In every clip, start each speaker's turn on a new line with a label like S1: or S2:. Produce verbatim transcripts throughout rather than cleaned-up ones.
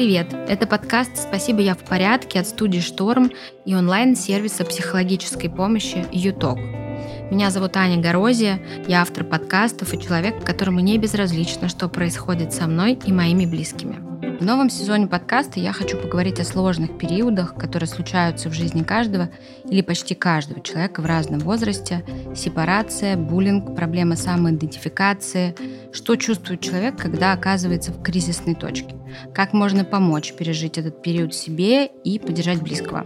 S1: Привет! Это подкаст «Спасибо, я в порядке» от студии «Шторм» и онлайн-сервиса психологической помощи «Юток». Меня зовут Аня Горозия, я автор подкастов и человек, которому не безразлично, что происходит со мной и моими близкими. В новом сезоне подкаста я хочу поговорить о сложных периодах, которые случаются в жизни каждого или почти каждого человека в разном возрасте: сепарация, буллинг, проблемы самоидентификации, что чувствует человек, когда оказывается в кризисной точке, как можно помочь пережить этот период себе и поддержать близкого.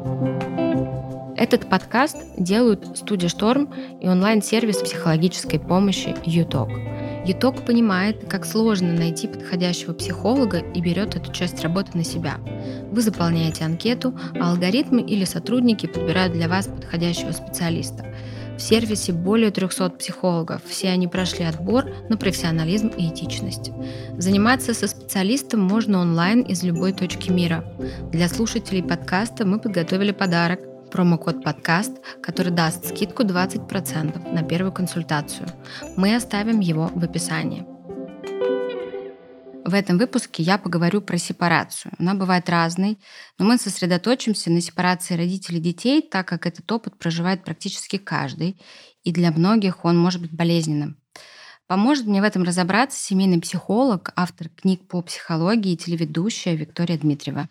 S1: Этот подкаст делают студия «Шторм» и онлайн-сервис психологической помощи «Юток». «Юток» понимает, как сложно найти подходящего психолога и берет эту часть работы на себя. Вы заполняете анкету, а алгоритмы или сотрудники подбирают для вас подходящего специалиста. В сервисе более трехсот психологов, все они прошли отбор на профессионализм и этичность. Заниматься со специалистом можно онлайн из любой точки мира. Для слушателей подкаста мы подготовили подарок – промокод «Подкаст», который даст скидку двадцать процентов на первую консультацию. Мы оставим его в описании. В этом выпуске я поговорю про сепарацию. Она бывает разной, но мы сосредоточимся на сепарации родителей и детей, так как этот опыт проживает практически каждый, и для многих он может быть болезненным. Поможет мне в этом разобраться семейный психолог, автор книг по психологии и телеведущая Виктория Дмитриева.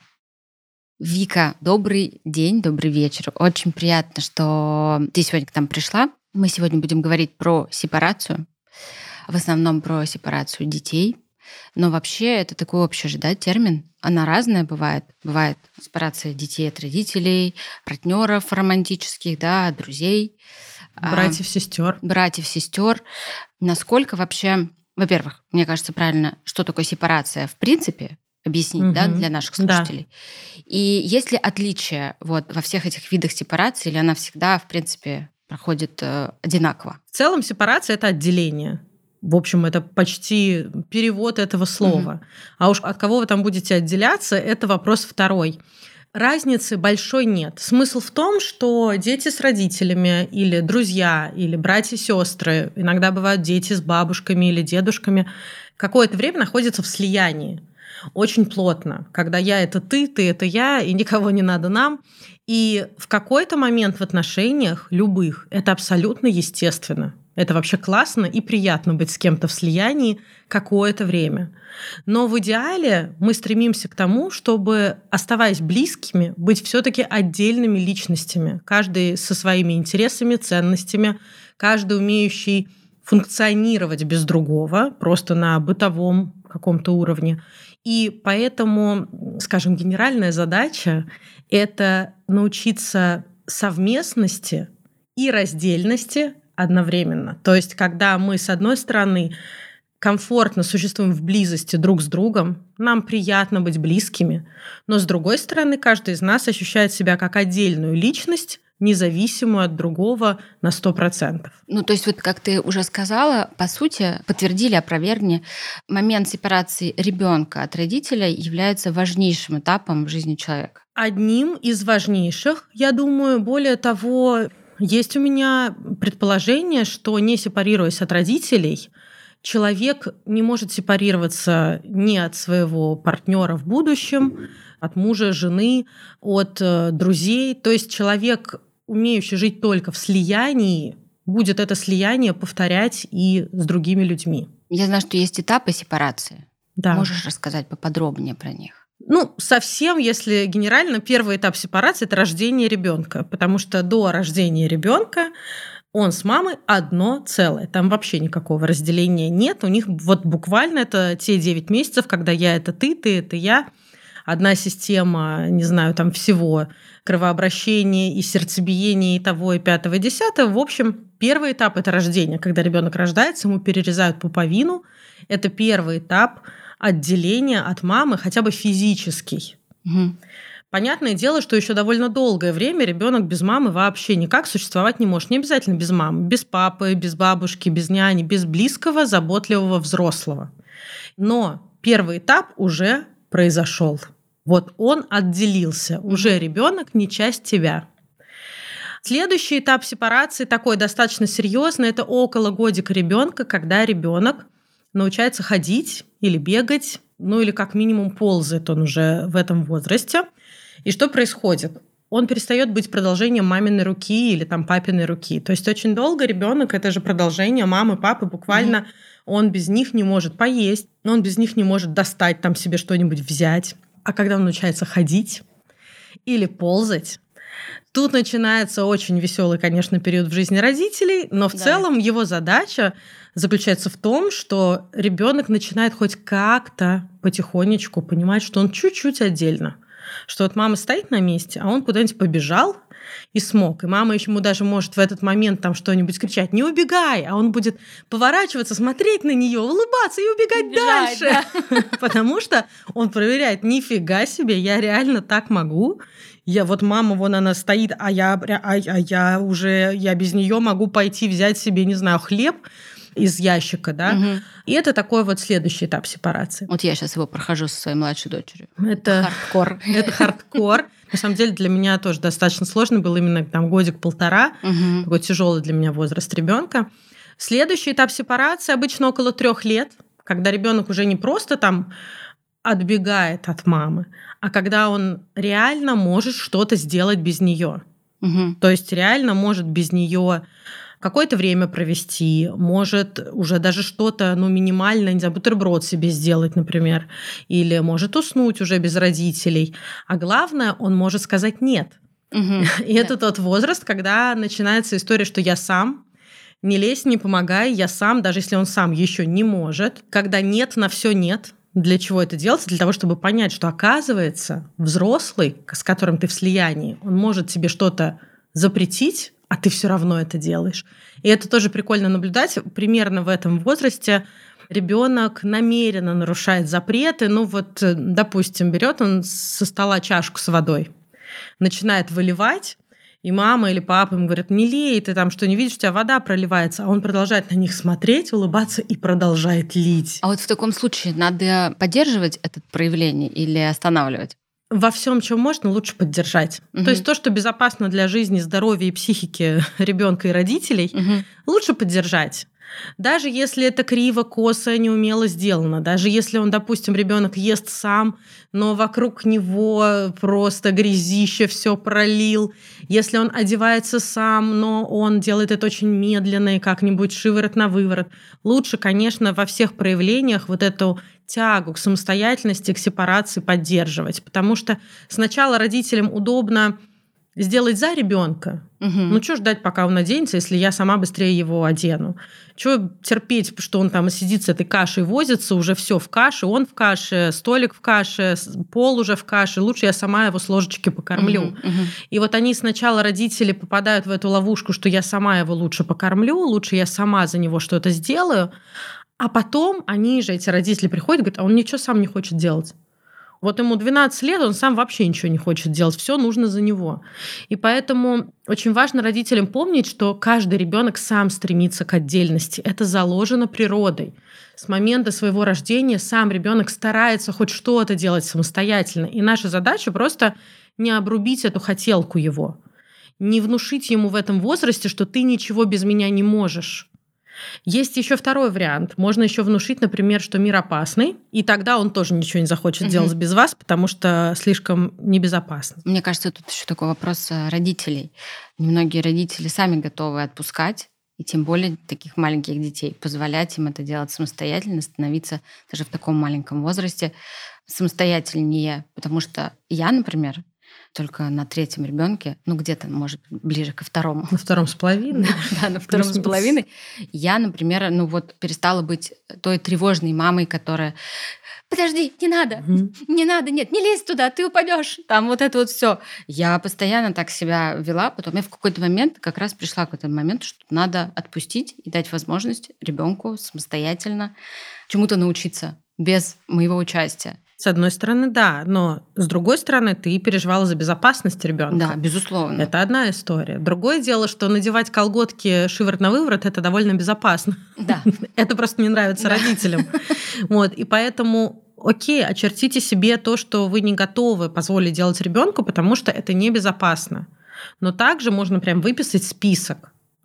S1: Вика, добрый день, добрый вечер. Очень приятно, что ты сегодня к нам пришла. Мы сегодня будем говорить про сепарацию, в основном про сепарацию детей. Но вообще это такой общий же, да, термин. Она разная бывает. Бывает сепарация детей от родителей, партнеров романтических, да, друзей.
S2: Братьев, сестер.
S1: Братьев, сестер. Насколько вообще, во-первых, мне кажется правильно, что такое сепарация в принципе, объяснить, угу. да, для наших слушателей. Да. И есть ли отличия вот во всех этих видах сепарации, или она всегда, в принципе, проходит э, одинаково?
S2: В целом сепарация – это отделение. В общем, это почти перевод этого слова. Угу. А уж от кого вы там будете отделяться – это вопрос второй. Разницы большой нет. Смысл в том, что дети с родителями или друзья, или братья и сестры, иногда бывают дети с бабушками или дедушками, какое-то время находятся в слиянии. Очень плотно, когда я – это ты, ты – это я, и никого не надо нам. И в какой-то момент в отношениях, любых, это абсолютно естественно. Это вообще классно и приятно быть с кем-то в слиянии какое-то время. Но в идеале мы стремимся к тому, чтобы, оставаясь близкими, быть все-таки отдельными личностями, каждый со своими интересами, ценностями, каждый умеющий функционировать без другого, просто на бытовом каком-то уровне. И поэтому, скажем, генеральная задача – это научиться совместности и раздельности одновременно. То есть, когда мы, с одной стороны, комфортно существуем в близости друг с другом, нам приятно быть близкими, но, с другой стороны, каждый из нас ощущает себя как отдельную личность, независимую от другого на сто процентов.
S1: Ну, то есть вот как ты уже сказала, по сути, подтвердили, опровергни, момент сепарации ребенка от родителя является важнейшим этапом в жизни человека.
S2: Одним из важнейших, я думаю. Более того, есть у меня предположение, что, не сепарируясь от родителей, человек не может сепарироваться ни от своего партнера в будущем, от мужа, жены, от друзей. То есть человек, умеющий жить только в слиянии, будет это слияние повторять и с другими людьми.
S1: Я знаю, что есть этапы сепарации.
S2: Да.
S1: Можешь рассказать поподробнее про них?
S2: Ну, совсем, если генерально, первый этап сепарации – это рождение ребенка, потому что до рождения ребенка он с мамой одно целое. Там вообще никакого разделения нет. У них вот буквально это те девять месяцев, когда я – это ты, ты – это я. Одна система, не знаю, там всего кровообращения и сердцебиения и того, и пятого, и десятого. В общем, первый этап – это рождение. Когда ребенок рождается, ему перерезают пуповину. Это первый этап отделения от мамы, хотя бы физический.
S1: Угу.
S2: Понятное дело, что еще довольно долгое время ребенок без мамы вообще никак существовать не может. Не обязательно без мамы, без папы, без бабушки, без няни, без близкого, заботливого взрослого. Но первый этап уже произошел. Вот он отделился. Уже ребенок не часть тебя. Следующий этап сепарации такой достаточно серьезный. Это около годика ребенка, когда ребенок научается ходить или бегать, ну или как минимум ползает он уже в этом возрасте. И что происходит? Он перестает быть продолжением маминой руки или там папиной руки. То есть очень долго ребенок это же продолжение мамы, папы, буквально mm-hmm. он без них не может поесть, он без них не может достать там себе что-нибудь взять. А когда он научается ходить или ползать, тут начинается очень веселый, конечно, период в жизни родителей, но в да. целом его задача заключается в том, что ребенок начинает хоть как-то потихонечку понимать, что он чуть-чуть отдельно. Что вот мама стоит на месте, а он куда-нибудь побежал и смог. И мама ему даже может в этот момент там что-нибудь кричать: «Не убегай!» А он будет поворачиваться, смотреть на нее, улыбаться и убегать Бежать, дальше. Да. Потому что он проверяет: нифига себе, я реально так могу. Я вот мама, вон она стоит, а я, а, а я уже, я без нее могу пойти взять себе, не знаю, хлеб из ящика, да. Угу. И это такой вот следующий этап сепарации.
S1: Вот я сейчас его прохожу со своей младшей дочерью.
S2: Это хардкор. Это хардкор. На самом деле для меня тоже достаточно сложно был именно там годик-полтора. Угу. Такой тяжелый для меня возраст ребенка. Следующий этап сепарации обычно около трех лет, когда ребенок уже не просто там отбегает от мамы, а когда он реально может что-то сделать без нее. Угу. То есть реально может без нее какое-то время провести, может уже даже что-то, ну, минимально, не знаю, бутерброд себе сделать, например, или может уснуть уже без родителей. А главное, он может сказать «нет». Угу. И да. это тот возраст, когда начинается история, что я сам, не лезь, не помогай, я сам, даже если он сам еще не может, когда нет на все нет. Для чего это делается? Для того, чтобы понять, что, оказывается, взрослый, с которым ты в слиянии, он может тебе что-то запретить, а ты все равно это делаешь. И это тоже прикольно наблюдать. Примерно в этом возрасте ребенок намеренно нарушает запреты. Ну вот, допустим, берет он со стола чашку с водой, начинает выливать, и мама или папа ему говорят: не лей, ты там что, не видишь, у тебя вода проливается. А он продолжает на них смотреть, улыбаться и продолжает лить.
S1: А вот в таком случае надо поддерживать это проявление или останавливать?
S2: Во всем, чем можно, лучше поддержать. Угу. То есть то, что безопасно для жизни, здоровья и психики ребенка и родителей, угу. лучше поддержать. Даже если это криво, косо, неумело сделано, даже если он, допустим, ребенок ест сам, но вокруг него просто грязище все пролил, если он одевается сам, но он делает это очень медленно и как-нибудь шиворот на выворот, лучше, конечно, во всех проявлениях вот эту тягу к самостоятельности, к сепарации поддерживать, потому что сначала родителям удобно сделать за ребенка. Угу. Ну, что ждать, пока он оденется, если я сама быстрее его одену? Чего терпеть, что он там сидит с этой кашей, возится, уже все в каше, он в каше, столик в каше, пол уже в каше, лучше я сама его с ложечки покормлю. Угу, угу. И вот они сначала, родители, попадают в эту ловушку, что я сама его лучше покормлю, лучше я сама за него что-то сделаю, а потом они же, эти родители, приходят и говорят: а он ничего сам не хочет делать. Вот ему двенадцать лет, он сам вообще ничего не хочет делать, все нужно за него. И поэтому очень важно родителям помнить, что каждый ребенок сам стремится к отдельности. Это заложено природой. С момента своего рождения сам ребенок старается хоть что-то делать самостоятельно. И наша задача просто не обрубить эту хотелку его, не внушить ему в этом возрасте, что ты ничего без меня не можешь. Есть еще второй вариант. Можно еще внушить, например, что мир опасный, и тогда он тоже ничего не захочет угу. делать без вас, потому что слишком небезопасно.
S1: Мне кажется, тут еще такой вопрос родителей. Немногие родители сами готовы отпускать, и тем более таких маленьких детей, позволять им это делать самостоятельно, становиться даже в таком маленьком возрасте самостоятельнее. Потому что я, например, только на третьем ребенке, ну где-то, может, ближе ко второму.
S2: На втором с половиной.
S1: Да, на втором с половиной. Я, например, ну вот перестала быть той тревожной мамой, которая: подожди, не надо, не надо, нет, не лезь туда, ты упадешь. Там вот это вот все. Я постоянно так себя вела, потом я в какой-то момент как раз пришла к этому моменту, что надо отпустить и дать возможность ребенку самостоятельно чему-то научиться без моего участия.
S2: С одной стороны, да, но с другой стороны, ты переживала за безопасность ребенка.
S1: Да, безусловно.
S2: Это одна история. Другое дело, что надевать колготки шиворот на выворот — это довольно безопасно.
S1: Да.
S2: Это просто не нравится родителям. Вот, и поэтому, окей, очертите себе то, что вы не готовы позволить делать ребенку, потому что это небезопасно. Но также можно прям выписать список.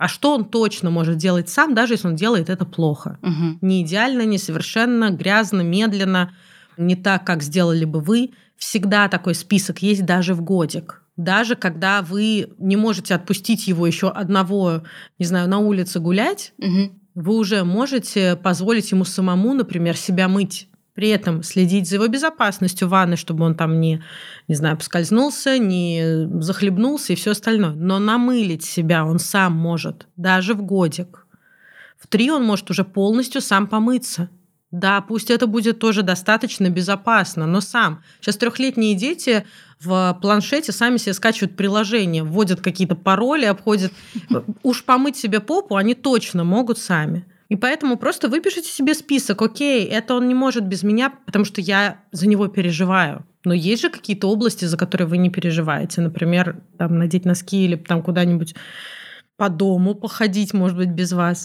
S2: А что он точно может делать сам, даже если он делает это плохо?
S1: Угу.
S2: Не идеально, не совершенно, грязно, медленно, не так, как сделали бы вы. Всегда такой список есть даже в годик. Даже когда вы не можете отпустить его еще одного, не знаю, на улице гулять,
S1: угу.
S2: вы уже можете позволить ему самому, например, себя мыть. При этом следить за его безопасностью в ванной, чтобы он там не, не знаю, поскользнулся, не захлебнулся и все остальное. Но намылить себя он сам может, даже в годик. В три он может уже полностью сам помыться. Да, пусть это будет тоже достаточно безопасно, но сам. Сейчас трехлетние дети в планшете сами себе скачивают приложения, вводят какие-то пароли, обходят. Уж помыть себе попу они точно могут сами. И поэтому просто выпишите себе список. Окей, это он не может без меня, потому что я за него переживаю. Но есть же какие-то области, за которые вы не переживаете. Например, там, надеть носки или там куда-нибудь по дому походить, может быть, без вас.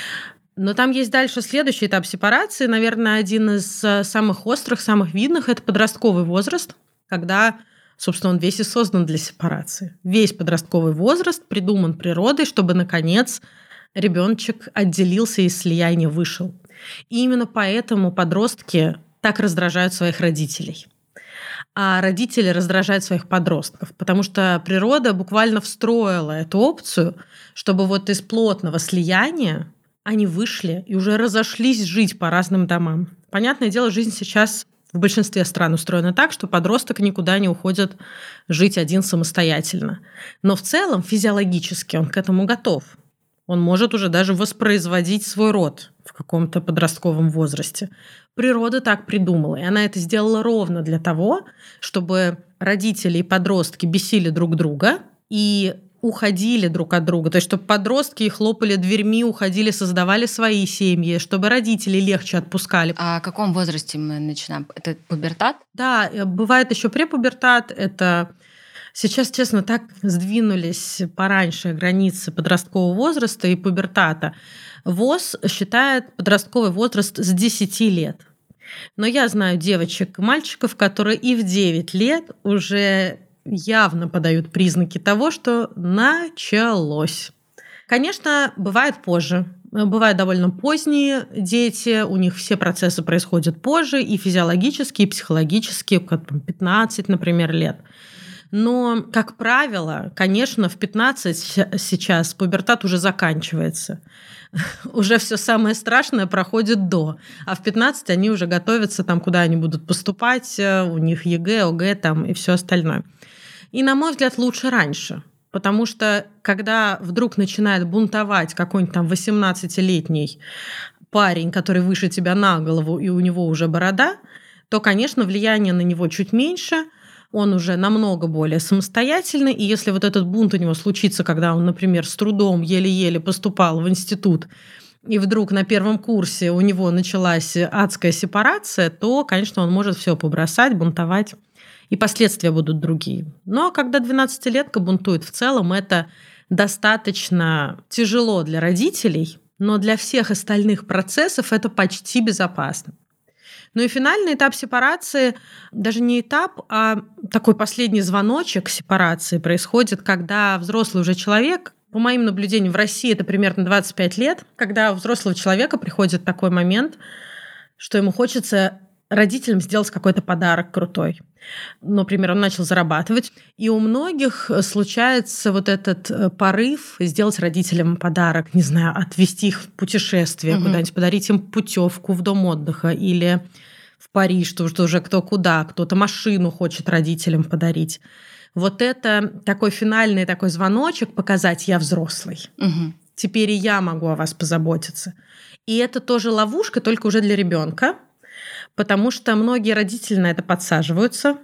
S2: Но там есть дальше следующий этап сепарации. Наверное, один из самых острых, самых видных – это подростковый возраст, когда, собственно, он весь и создан для сепарации. Весь подростковый возраст придуман природой, чтобы, наконец, ребеночек отделился из слияния, вышел. И именно поэтому подростки так раздражают своих родителей. А родители раздражают своих подростков, потому что природа буквально встроила эту опцию, чтобы вот из плотного слияния они вышли и уже разошлись жить по разным домам. Понятное дело, жизнь сейчас в большинстве стран устроена так, что подросток никуда не уходит жить один самостоятельно. Но в целом физиологически он к этому готов. Он может уже даже воспроизводить свой род в каком-то подростковом возрасте. Природа так придумала, и она это сделала ровно для того, чтобы родители и подростки бесили друг друга и уходили друг от друга. То есть, чтобы подростки хлопали дверьми, уходили, создавали свои семьи, чтобы родители легче отпускали.
S1: А о каком возрасте мы начинаем? Это пубертат?
S2: Да, бывает еще препубертат. Это сейчас, честно, так сдвинулись пораньше границы подросткового возраста и пубертата. ВОЗ считает подростковый возраст с десяти лет. Но я знаю девочек и мальчиков, которые и в девять лет уже явно подают признаки того, что началось. Конечно, бывает позже. Бывают довольно поздние дети, у них все процессы происходят позже, и физиологические, и психологические, как пятнадцать, например, лет. Но, как правило, конечно, в пятнадцать сейчас пубертат уже заканчивается. Уже все самое страшное проходит до. А в пятнадцать они уже готовятся, там, куда они будут поступать, у них ЕГЭ, ОГЭ там, и все остальное. И, на мой взгляд, лучше раньше. Потому что, когда вдруг начинает бунтовать какой-нибудь там восемнадцатилетний парень, который выше тебя на голову, и у него уже борода, то, конечно, влияние на него чуть меньше, он уже намного более самостоятельный, и если вот этот бунт у него случится, когда он, например, с трудом еле-еле поступал в институт, и вдруг на первом курсе у него началась адская сепарация, то, конечно, он может все побросать, бунтовать, и последствия будут другие. Но когда двенадцатилетка бунтует, в целом это достаточно тяжело для родителей, но для всех остальных процессов это почти безопасно. Ну и финальный этап сепарации, даже не этап, а такой последний звоночек сепарации происходит, когда взрослый уже человек, по моим наблюдениям, в России это примерно двадцать пять лет, когда у взрослого человека приходит такой момент, что ему хочется родителям сделать какой-то подарок крутой. Например, он начал зарабатывать, и у многих случается вот этот порыв сделать родителям подарок, не знаю, отвезти их в путешествие, угу. куда-нибудь, подарить им путевку в дом отдыха или в Париж, что, что уже кто куда, кто-то машину хочет родителям подарить. Вот это такой финальный такой звоночек, показать: я взрослый. Угу. Теперь и я могу о вас позаботиться. И это тоже ловушка, только уже для ребенка. Потому что многие родители на это подсаживаются,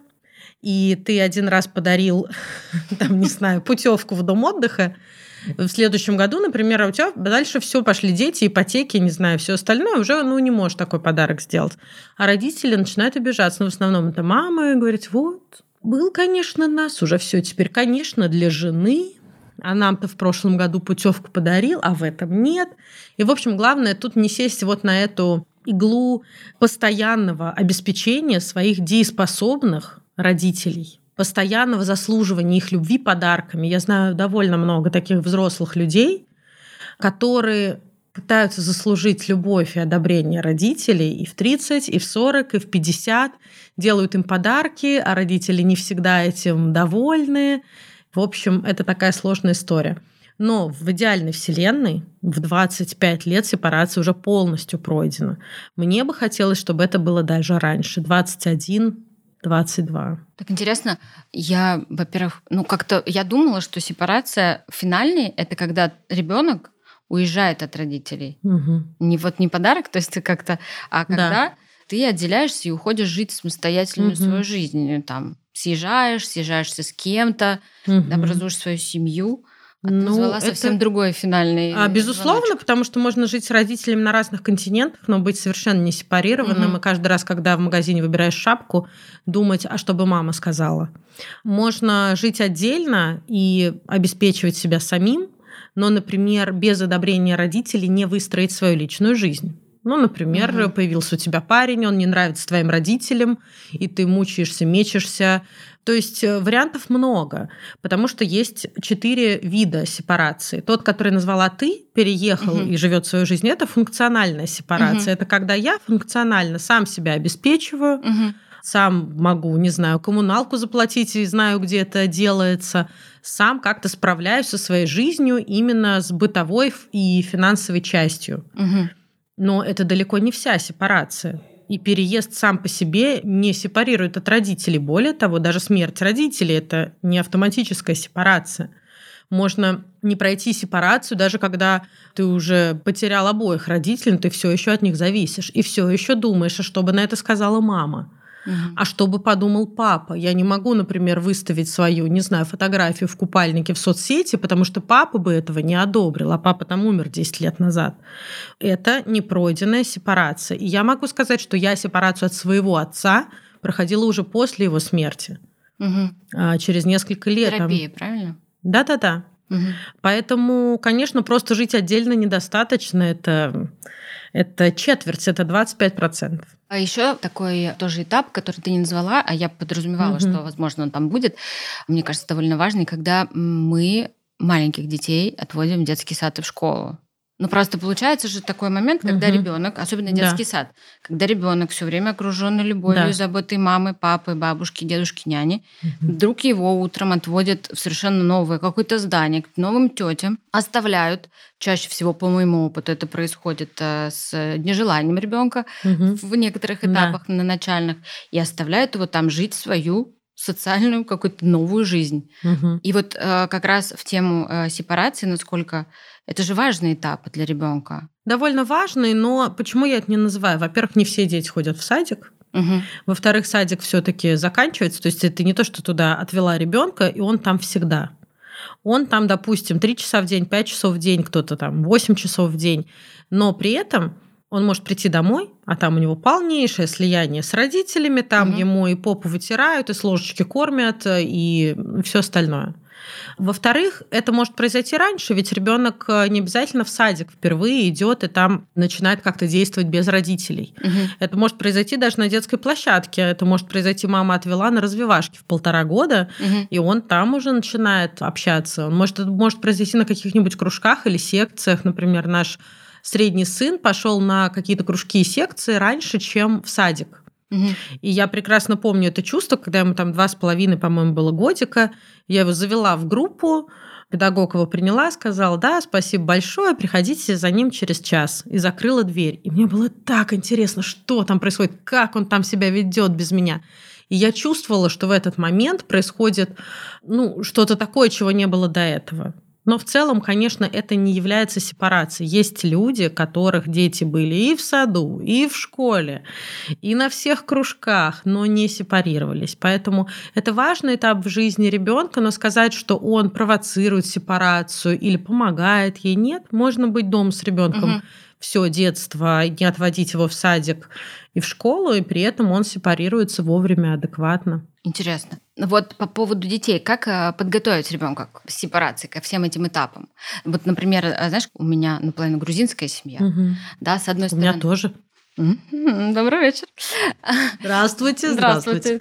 S2: и ты один раз подарил, там, не знаю, путевку в дом отдыха, в следующем году, например, у тебя дальше все пошли дети, ипотеки, не знаю, все остальное, уже ну, не можешь такой подарок сделать. А родители начинают обижаться. Но в основном это мамы говорят: вот, был, конечно, нас, уже все теперь, конечно, для жены, а нам-то в прошлом году путевку подарил, а в этом нет. И, в общем, главное тут не сесть вот на эту иглу постоянного обеспечения своих дееспособных родителей, постоянного заслуживания их любви подарками. Я знаю довольно много таких взрослых людей, которые пытаются заслужить любовь и одобрение родителей и в тридцать, и в сорок, и в пятьдесят, делают им подарки, а родители не всегда этим довольны. В общем, это такая сложная история. Но в идеальной вселенной в двадцать пять лет сепарация уже полностью пройдена. Мне бы хотелось, чтобы это было даже раньше, двадцать один, двадцать два.
S1: Так интересно, я, во-первых, ну как-то я думала, что сепарация финальная — это когда ребенок уезжает от родителей.
S2: Угу.
S1: Не вот не подарок, то есть ты как-то, а когда
S2: Да.
S1: ты отделяешься и уходишь жить самостоятельную
S2: Угу.
S1: свою жизнь, там съезжаешь, съезжаешься с кем-то,
S2: Угу.
S1: образуешь свою семью. А ты
S2: Ну,
S1: назвала
S2: это-
S1: совсем другой финальный
S2: А, безусловно,
S1: звоночек.
S2: потому что можно жить с родителями на разных континентах, но быть совершенно не сепарированным.
S1: Мгм.
S2: И каждый раз, когда в магазине выбираешь шапку, думать, а что бы мама сказала. Можно жить отдельно и обеспечивать себя самим, но, например, без одобрения родителей не выстроить свою личную жизнь. Ну, например,
S1: Мгм.
S2: появился у тебя парень, он не нравится твоим родителям, и ты мучаешься, мечешься. То есть э, вариантов много, потому что есть четыре вида сепарации. Тот, который назвала ты, переехал
S1: Мгм.
S2: и живет свою жизнь, это функциональная сепарация.
S1: Мгм.
S2: Это когда я функционально сам себя обеспечиваю,
S1: Мгм.
S2: сам могу, не знаю, коммуналку заплатить и знаю, где это делается, сам как-то справляюсь со своей жизнью именно с бытовой и финансовой частью.
S1: Мгм.
S2: Но это далеко не вся сепарация. И переезд сам по себе не сепарирует от родителей. Более того, даже смерть родителей – это не автоматическая сепарация. Можно не пройти сепарацию, даже когда ты уже потерял обоих родителей, но ты все еще от них зависишь. И все еще думаешь, а что бы на это сказала мама?
S1: Мгм.
S2: А что бы подумал папа? Я не могу, например, выставить свою, не знаю, фотографию в купальнике в соцсети, потому что папа бы этого не одобрил, а папа там умер десять лет назад. Это непройденная сепарация. И я могу сказать, что я сепарацию от своего отца проходила уже после его смерти,
S1: Мгм.
S2: а, через несколько лет. там.
S1: Терапия, правильно?
S2: Да-да-да.
S1: Мгм.
S2: Поэтому, конечно, просто жить отдельно недостаточно. Это, это четверть, это двадцать пять процентов.
S1: А еще такой тоже этап, который ты не назвала, а я подразумевала,
S2: Мгм.
S1: что, возможно, он там будет, мне кажется, довольно важный, когда мы маленьких детей отводим в детский сад и в школу. Ну, просто получается же такой момент, когда
S2: Мгм.
S1: ребенок, особенно
S2: Да.
S1: детский сад, когда ребенок все время окруженный любовью
S2: Да.
S1: и заботой мамы, папы, бабушки, дедушки, няни,
S2: Мгм.
S1: вдруг его утром отводят в совершенно новое какое-то здание, к новым тетям, оставляют. Чаще всего, по моему опыту, это происходит э, с нежеланием ребенка
S2: Мгм.
S1: в некоторых
S2: Да.
S1: этапах на начальных, и оставляют его там жить свою социальную какую-то новую жизнь.
S2: Мгм.
S1: И вот э, как раз в тему э, сепарации, насколько это же важный этап для ребенка.
S2: Довольно важный, но почему я это не называю? Во-первых, не все дети ходят в садик.
S1: Мгм.
S2: Во-вторых, садик все-таки заканчивается. То есть это не то, что туда отвела ребенка, и он там всегда. Он там, допустим, три часа в день, пять часов в день, кто-то там восемь часов в день. Но при этом он может прийти домой, а там у него полнейшее слияние с родителями, там
S1: Мгм.
S2: ему и попу вытирают, и с ложечки кормят, и все остальное. Во-вторых, это может произойти раньше, ведь ребенок не обязательно в садик впервые идет и там начинает как-то действовать без родителей.
S1: Мгм.
S2: Это может произойти даже на детской площадке. Это может произойти, мама отвела на развивашке в полтора года,
S1: Мгм.
S2: и он там уже начинает общаться. Он может, это может произойти на каких-нибудь кружках или секциях. Например, наш средний сын пошел на какие-то кружки и секции раньше, чем в садик.
S1: Мгм.
S2: И я прекрасно помню это чувство, когда ему там два с половиной, по-моему, было годика. Я его завела в группу, педагог его приняла, сказала: да, спасибо большое, приходите за ним через час. И закрыла дверь. И мне было так интересно, что там происходит, как он там себя ведет без меня. И я чувствовала, что в этот момент происходит ну, что-то такое, чего не было до этого. Но в целом, конечно, это не является сепарацией. Есть люди, которых дети были и в саду, и в школе, и на всех кружках, но не сепарировались. Поэтому это важный этап в жизни ребенка, но сказать, что он провоцирует сепарацию или помогает ей, нет. Можно быть дома с ребенком
S1: Мгм.
S2: все детство, не отводить его в садик и в школу, и при этом он сепарируется вовремя, адекватно.
S1: Интересно. Вот по поводу детей, как э, подготовить ребенка к сепарации, ко всем этим этапам? Вот, например, э, знаешь, у меня наполовину грузинская семья,
S2: Мгм.
S1: да, с одной
S2: У меня
S1: стороны.
S2: тоже.
S1: Мгм. Добрый вечер.
S2: Здравствуйте,
S1: Здравствуйте.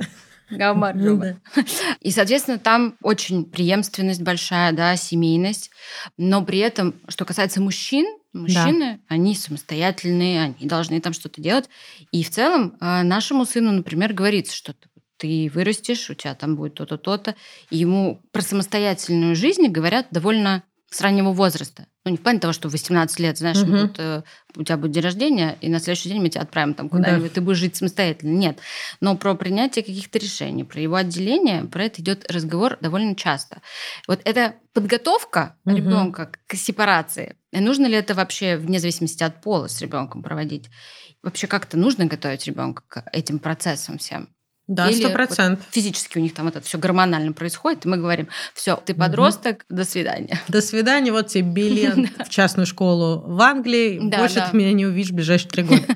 S1: Гамаржоба. И, соответственно, там очень преемственность большая, да, семейность. Но при этом, что касается мужчин, мужчины, да. они самостоятельные, они должны там что-то делать. И в целом нашему сыну, например, говорится, что ты вырастешь, у тебя там будет то-то, то-то. И ему про самостоятельную жизнь говорят довольно с раннего возраста. Ну, не в плане того, что в восемнадцать лет, знаешь, угу. вот, э, у тебя будет день рождения, и на следующий день мы тебя отправим там куда-нибудь, да. ты будешь жить самостоятельно. Нет. Но про принятие каких-то решений, про его отделение, про это идет разговор довольно часто. Вот эта подготовка угу. ребенка к сепарации, и нужно ли это вообще, вне зависимости от пола, с ребенком проводить? Вообще как-то нужно готовить ребенка к этим процессам всем?
S2: Да, сто процентов.
S1: Вот физически у них там это все гормонально происходит, и мы говорим: все, ты подросток, угу. до свидания.
S2: До свидания, вот тебе билет в частную школу в Англии, больше ты меня не увидишь в ближайшие три года.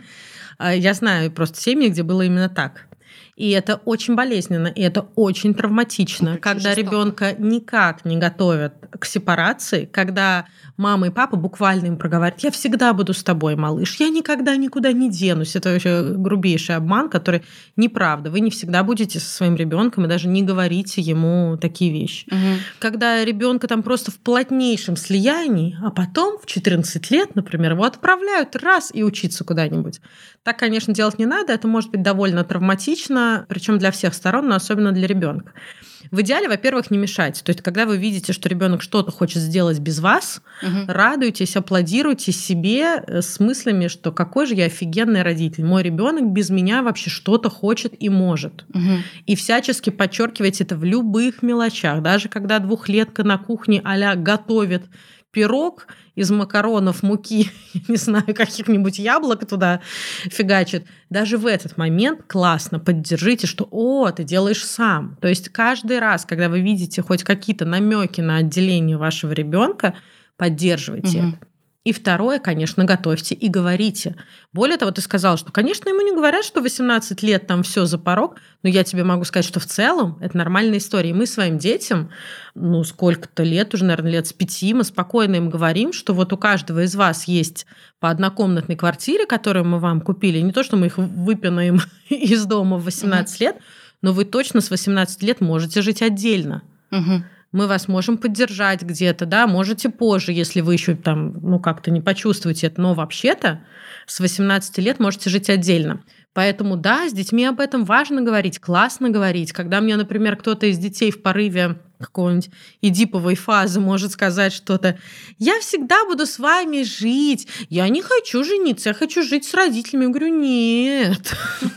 S2: Я знаю просто семьи, где было именно так. И это очень болезненно, и это очень травматично, когда ребенка никак не готовят к сепарации, когда мама и папа буквально им проговаривают: я всегда буду с тобой, малыш, я никогда никуда не денусь. Это вообще грубейший обман, который неправда. Вы не всегда будете со своим ребенком и даже не говорите ему такие вещи. Угу. Когда ребенка там просто в плотнейшем слиянии, а потом в четырнадцать лет, например, его отправляют раз и учиться куда-нибудь. Так, конечно, делать не надо, это может быть довольно травматично, причем для всех сторон, но особенно для ребенка. В идеале, во-первых, не мешайте. То есть, когда вы видите, что ребенок что-то хочет сделать без вас, угу. радуйтесь, аплодируйте себе с мыслями, что какой же я офигенный родитель. Мой ребенок без меня вообще что-то хочет и может. Угу. И всячески подчеркивайте это в любых мелочах. Даже когда двухлетка на кухне а-ля готовит пирог из макаронов, муки, не знаю, каких-нибудь яблок туда фигачит. Даже в этот момент классно поддержите, что «О, ты делаешь сам». То есть каждый раз, когда вы видите хоть какие-то намеки на отделение вашего ребенка, поддерживайте угу. это. И второе, конечно, готовьте и говорите. Более того, ты сказала, что, конечно, ему не говорят, что восемнадцать лет там все за порог, но я тебе могу сказать, что в целом это нормальная история. И мы своим детям, ну, сколько-то лет, уже, наверное, лет с пяти, мы спокойно им говорим, что вот у каждого из вас есть по однокомнатной квартире, которую мы вам купили. Не то, что мы их выпинаем из дома в восемнадцать угу. лет, но вы точно с восемнадцати лет можете жить отдельно. Угу. Мы вас можем поддержать где-то, да, можете позже, если вы еще там, ну, как-то не почувствуете это, но вообще-то с восемнадцати лет можете жить отдельно. Поэтому, да, с детьми об этом важно говорить, классно говорить. Когда мне, например, кто-то из детей в порыве какой-нибудь эдиповой фазы может сказать что-то: я всегда буду с вами жить, я не хочу жениться, я хочу жить с родителями. Я говорю: нет.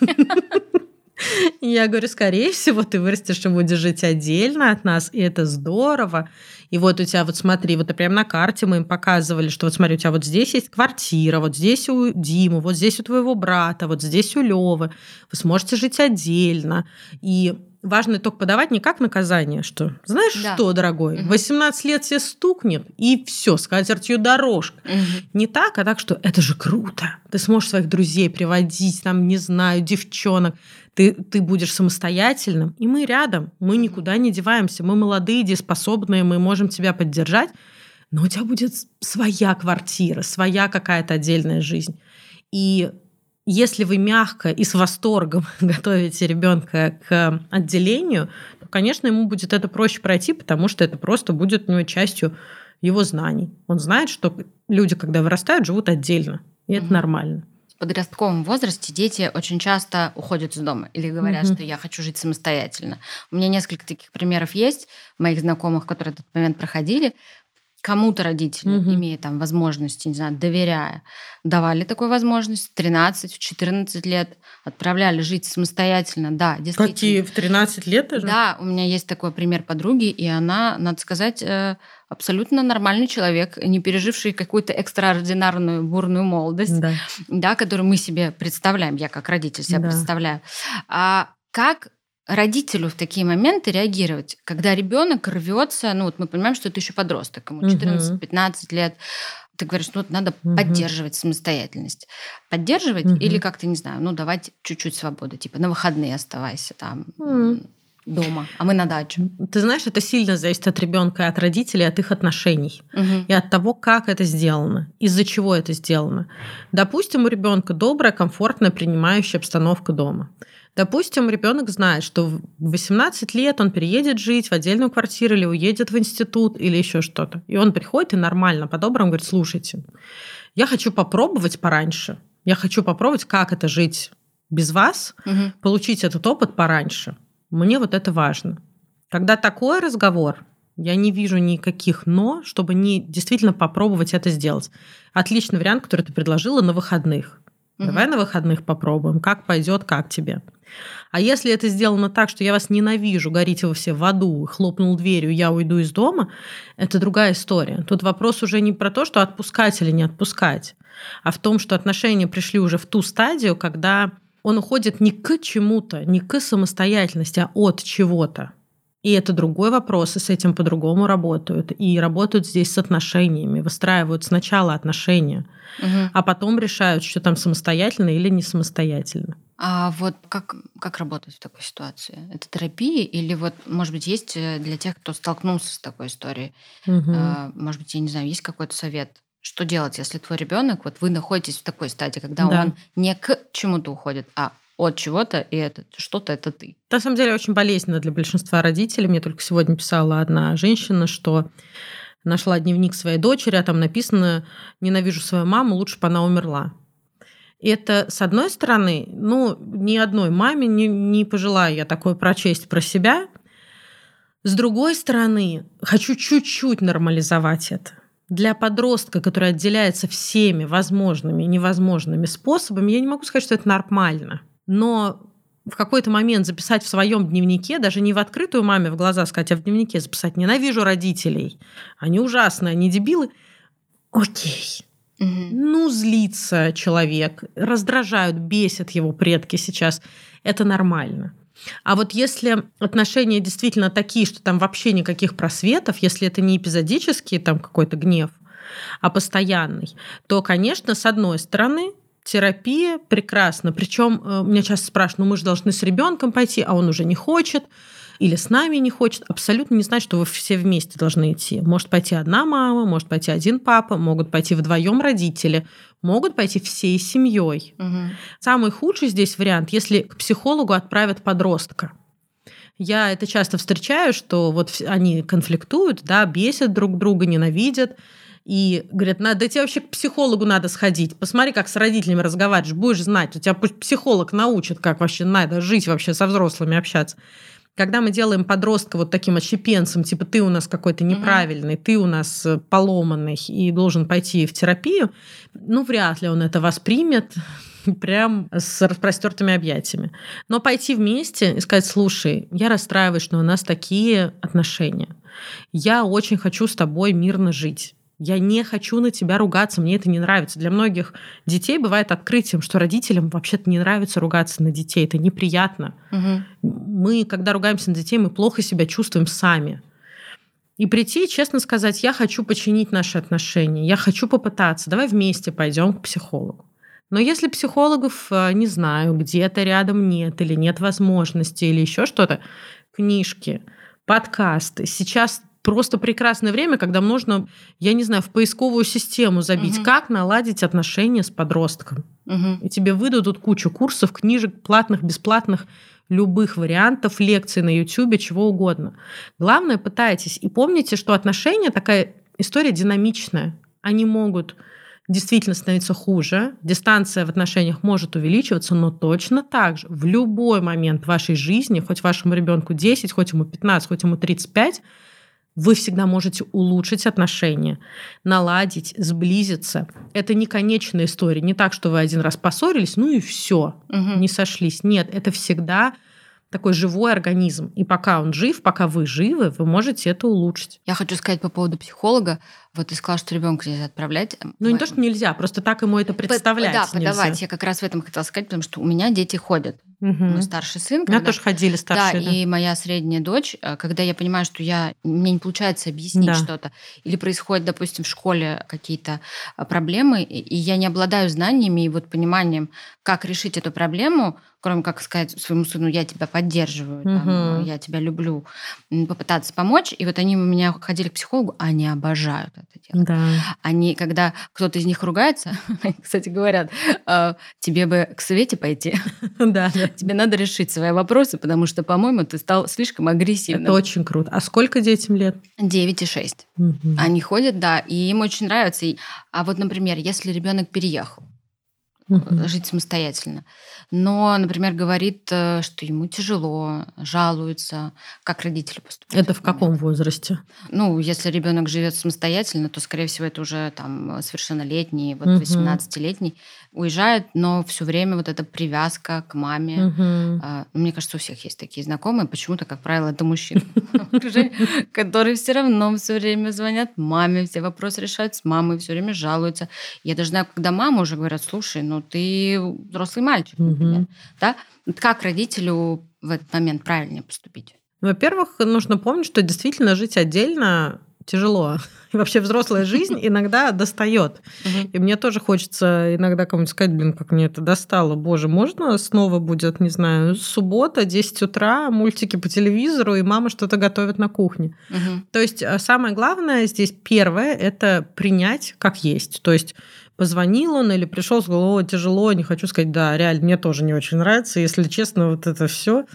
S2: Я говорю: скорее всего, ты вырастешь и будешь жить отдельно от нас, и это здорово. И вот у тебя, вот смотри, вот прямо на карте мы им показывали, что вот смотри, у тебя вот здесь есть квартира, вот здесь у Димы, вот здесь у твоего брата, вот здесь у Лёвы. Вы сможете жить отдельно. И важно итог подавать не как наказание, что, знаешь да. что, дорогой, угу. восемнадцать лет тебе стукнет, и все, с катертью дорожка. Угу. Не так, а так, что это же круто. Ты сможешь своих друзей приводить, там, не знаю, девчонок. Ты, ты будешь самостоятельным, и мы рядом, мы никуда не деваемся, мы молодые, дееспособные, мы можем тебя поддержать, но у тебя будет своя квартира, своя какая-то отдельная жизнь. И если вы мягко и с восторгом готовите ребенка к отделению, то, конечно, ему будет это проще пройти, потому что это просто будет у него частью его знаний. Он знает, что люди, когда вырастают, живут отдельно, и это mm-hmm. нормально.
S1: В подростковом возрасте дети очень часто уходят из дома или говорят, mm-hmm. что я хочу жить самостоятельно. У меня несколько таких примеров есть, моих знакомых, которые этот момент проходили. Кому-то родители, mm-hmm. имея там возможности, не знаю, доверяя, давали такую возможность в тринадцать-четырнадцать лет, отправляли жить самостоятельно. Да, действительно.
S2: Какие? В тринадцать лет даже?
S1: Да, у меня есть такой пример подруги, и она, надо сказать, абсолютно нормальный человек, не переживший какую-то экстраординарную бурную молодость, да. Да, которую мы себе представляем, я как родитель себе да. представляю. А как родителю в такие моменты реагировать, когда ребенок рвется, ну вот мы понимаем, что это еще подросток, ему четырнадцать-пятнадцать лет, ты говоришь, ну вот надо угу. поддерживать самостоятельность. Поддерживать угу. или как-то, не знаю, ну давать чуть-чуть свободы, типа на выходные оставайся там угу. дома, а мы на дачу.
S2: Ты знаешь, это сильно зависит от ребенка и от родителей, от их отношений угу. и от того, как это сделано, из-за чего это сделано. Допустим, у ребенка добрая, комфортная, принимающая обстановка дома. Допустим, ребенок знает, что в восемнадцать лет он переедет жить в отдельную квартиру или уедет в институт или еще что-то. И он приходит и нормально, по-доброму говорит: слушайте, я хочу попробовать пораньше. Я хочу попробовать, как это жить без вас, угу. получить этот опыт пораньше. Мне вот это важно. Когда такой разговор, я не вижу никаких «но», чтобы не действительно попробовать это сделать. Отличный вариант, который ты предложила на выходных. Угу. Давай на выходных попробуем, как пойдет, как тебе. А если это сделано так, что я вас ненавижу, горите вы все в аду, хлопнул дверью, я уйду из дома, это другая история. Тут вопрос уже не про то, что отпускать или не отпускать, а в том, что отношения пришли уже в ту стадию, когда он уходит не к чему-то, не к самостоятельности, а от чего-то. И это другой вопрос, и с этим по-другому работают. И работают здесь с отношениями, выстраивают сначала отношения, угу. а потом решают, что там самостоятельно или не самостоятельно.
S1: А вот как, как работать в такой ситуации? Это терапия или вот, может быть, есть для тех, кто столкнулся с такой историей? Угу. Может быть, я не знаю, есть какой-то совет? Что делать, если твой ребенок, вот вы находитесь в такой стадии, когда да. он не к чему-то уходит, а от чего-то, и это что-то это ты.
S2: На самом деле очень болезненно для большинства родителей. Мне только сегодня писала одна женщина, что нашла дневник своей дочери, а там написано: «Ненавижу свою маму, лучше бы она умерла». И это, с одной стороны, ну, ни одной маме не, не пожелаю я такое прочесть про себя. С другой стороны, хочу чуть-чуть нормализовать это. Для подростка, который отделяется всеми возможными и невозможными способами, я не могу сказать, что это нормально. Но в какой-то момент записать в своем дневнике, даже не в открытую маме в глаза сказать, а в дневнике записать: «Ненавижу родителей, они ужасные, они дебилы». Окей. Угу. Ну, злится человек, раздражают, бесят его предки сейчас. Это нормально. А вот если отношения действительно такие, что там вообще никаких просветов, если это не эпизодический там какой-то гнев, а постоянный, то, конечно, с одной стороны, терапия прекрасна. Причем меня часто спрашивают: ну мы же должны с ребенком пойти, а он уже не хочет, или с нами не хочет. Абсолютно не значит, что вы все вместе должны идти. Может пойти одна мама, может пойти один папа, могут пойти вдвоем родители, могут пойти всей семьей. Угу. Самый худший здесь вариант, если к психологу отправят подростка. Я это часто встречаю, что вот они конфликтуют, да, бесят друг друга, ненавидят. И говорят: да тебе вообще к психологу надо сходить. Посмотри, как с родителями разговариваешь, будешь знать. У тебя психолог научит, как вообще надо жить вообще со взрослыми, общаться. Когда мы делаем подростка вот таким отщепенцем, типа ты у нас какой-то неправильный, mm-hmm. ты у нас поломанный и должен пойти в терапию, ну, вряд ли он это воспримет прям с распростертыми объятиями. Но пойти вместе и сказать: слушай, я расстраиваюсь, что у нас такие отношения. Я очень хочу с тобой мирно жить. Я не хочу на тебя ругаться, мне это не нравится. Для многих детей бывает открытием, что родителям вообще-то не нравится ругаться на детей. Это неприятно. Угу. Мы, когда ругаемся на детей, мы плохо себя чувствуем сами. И прийти и честно сказать: я хочу починить наши отношения, я хочу попытаться, давай вместе пойдем к психологу. Но если психологов, не знаю, где-то рядом нет, или нет возможности, или еще что-то, книжки, подкасты. Сейчас просто прекрасное время, когда можно, я не знаю, в поисковую систему забить, угу. как наладить отношения с подростком. Угу. И тебе выдадут кучу курсов, книжек, платных, бесплатных, любых вариантов, лекций на Ютубе, чего угодно. Главное, пытайтесь. И помните, что отношения такая история динамичная. Они могут действительно становиться хуже, дистанция в отношениях может увеличиваться, но точно так же в любой момент вашей жизни, хоть вашему ребенку десять, хоть ему пятнадцать, хоть ему тридцать пять, вы всегда можете улучшить отношения, наладить, сблизиться. Это не конечная история. Не так, что вы один раз поссорились, ну и все, угу. не сошлись. Нет, это всегда такой живой организм. И пока он жив, пока вы живы, вы можете это улучшить.
S1: Я хочу сказать по поводу психолога. Вот ты сказала, что ребенка нельзя отправлять.
S2: Ну, не то, что нельзя, просто так ему это представлять
S1: Да,
S2: нельзя.
S1: подавать. Я как раз в этом хотела сказать, потому что у меня дети ходят. Угу. Мой старший сын.
S2: У меня тоже ходили старшие.
S1: Да, да, и моя средняя дочь, когда я понимаю, что я, мне не получается объяснить да. что-то, или происходят, допустим, в школе какие-то проблемы, и я не обладаю знаниями и вот пониманием, как решить эту проблему, кроме как сказать своему сыну: я тебя поддерживаю, угу. там, я тебя люблю, попытаться помочь. И вот они у меня ходили к психологу, они обожают это делать.
S2: Да.
S1: Они, когда кто-то из них ругается, кстати, говорят: тебе бы к Свете пойти.
S2: Да, да.
S1: Тебе надо решить свои вопросы, потому что, по-моему, ты стал слишком агрессивным.
S2: Это очень круто. А сколько детям лет?
S1: девять и шесть.
S2: Угу.
S1: Они ходят, да, и им очень нравится. А вот, например, если ребенок переехал,
S2: Угу.
S1: жить самостоятельно. Но, например, говорит, что ему тяжело, жалуется, как родители поступают.
S2: Это в каком возрасте?
S1: Ну, если ребенок живет самостоятельно, то, скорее всего, это уже там совершеннолетний, вот
S2: Мгм.
S1: восемнадцатилетний, уезжает, но все время вот эта привязка к маме.
S2: Мгм.
S1: А, ну, мне кажется, у всех есть такие знакомые. Почему-то, как правило, это мужчины, которые все равно все время звонят маме, все вопросы решают с мамой, все время жалуются. Я даже знаю, когда мама уже говорят: слушай, ну ты взрослый мальчик, например.
S2: Мгм.
S1: Да? Вот как родителю в этот момент правильнее поступить?
S2: Во-первых, нужно помнить, что действительно жить отдельно тяжело. И вообще взрослая жизнь иногда достает.
S1: Мгм.
S2: И мне тоже хочется иногда кому-нибудь сказать: блин, как мне это достало. Боже, можно снова будет, не знаю, суббота, десять утра, мультики по телевизору, и мама что-то готовит на кухне.
S1: Мгм.
S2: То есть а, самое главное здесь первое – это принять как есть. То есть позвонил он или пришел, сказал: о, тяжело, не хочу сказать, да, реально, мне тоже не очень нравится, если честно, вот это все.